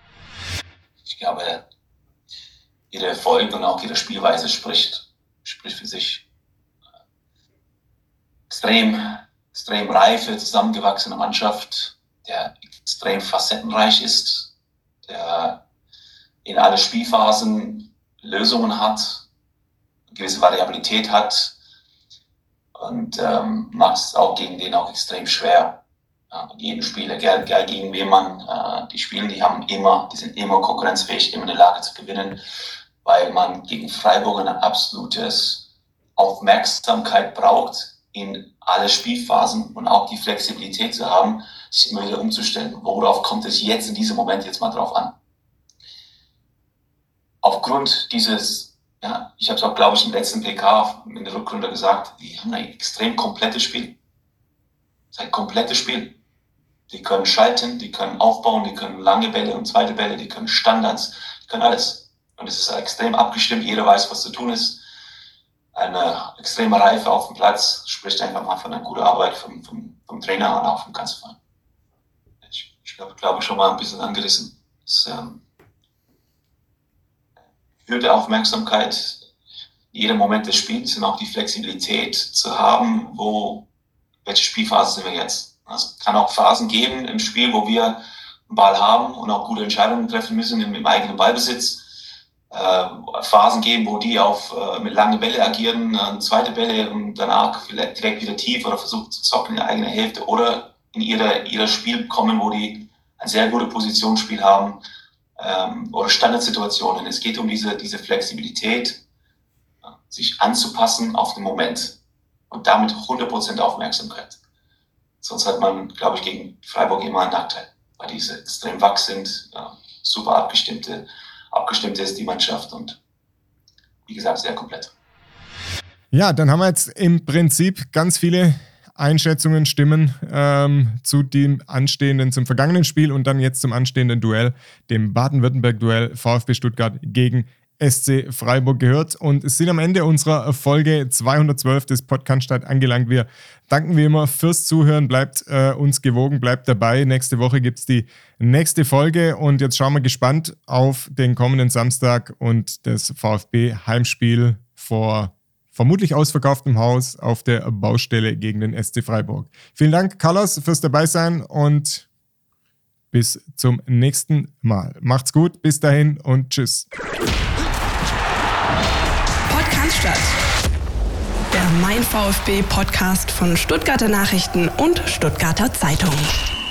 Ich glaube, jeder Erfolg und auch jede Spielweise spricht, spricht für sich. Extrem, extrem reife, zusammengewachsene Mannschaft, der extrem facettenreich ist, der in alle Spielphasen Lösungen hat, eine gewisse Variabilität hat und ähm, macht es auch gegen den auch extrem schwer. Ja, jeden Spieler, egal, egal gegen wen man, äh, die spielen, die haben immer, die sind immer konkurrenzfähig, immer in der Lage zu gewinnen, weil man gegen Freiburg eine absolutes Aufmerksamkeit braucht, in alle Spielphasen und auch die Flexibilität zu haben, sich immer wieder umzustellen. Worauf kommt es jetzt in diesem Moment jetzt mal drauf an? Aufgrund dieses, ja, ich habe es auch, glaube ich, im letzten P K in der Rückrunde gesagt, die haben ein extrem komplettes Spiel. Es ist ein komplettes Spiel. Die können schalten, die können aufbauen, die können lange Bälle und zweite Bälle, die können Standards, die können alles. Und es ist extrem abgestimmt, jeder weiß, was zu tun ist. Eine extreme Reife auf dem Platz spricht einfach mal von einer guten Arbeit vom, vom, vom Trainer und auch vom ganzen Verein. Ich, ich ich glaube, glaube schon mal ein bisschen angerissen. Es ähm, höhere Aufmerksamkeit, jeder Moment des Spiels und auch die Flexibilität zu haben, wo, welche Spielphase sind wir jetzt. Also, es kann auch Phasen geben im Spiel, wo wir einen Ball haben und auch gute Entscheidungen treffen müssen im, im eigenen Ballbesitz. Äh, Phasen geben, wo die auf äh, mit langen Bälle agieren, äh, zweite Bälle und danach vielleicht direkt wieder tief oder versuchen zu zocken in der eigenen Hälfte oder in ihre, ihre Spiel kommen, wo die ein sehr gutes Positionsspiel haben ähm, oder Standardsituationen. Es geht um diese, diese Flexibilität, äh, sich anzupassen auf den Moment und damit hundert Prozent Aufmerksamkeit. Sonst hat man, glaube ich, gegen Freiburg immer einen Nachteil, weil diese extrem wach sind, äh, super abgestimmte Abgestimmt ist die Mannschaft und wie gesagt, sehr komplett. Ja, dann haben wir jetzt im Prinzip ganz viele Einschätzungen, Stimmen ähm, zu dem anstehenden, zum vergangenen Spiel und dann jetzt zum anstehenden Duell, dem Baden-Württemberg-Duell VfB Stuttgart gegen S C Freiburg gehört und es sind am Ende unserer Folge zweihundertzwölf des Podcast angelangt. Wir danken wie immer fürs Zuhören, bleibt äh, uns gewogen, bleibt dabei. Nächste Woche gibt es die nächste Folge und jetzt schauen wir gespannt auf den kommenden Samstag und das VfB-Heimspiel vor vermutlich ausverkauftem Haus auf der Baustelle gegen den S C Freiburg. Vielen Dank, Carlos, fürs Dabeisein und bis zum nächsten Mal. Macht's gut, bis dahin und tschüss. Podcast, der Mein VfB Podcast von Stuttgarter Nachrichten und Stuttgarter Zeitung.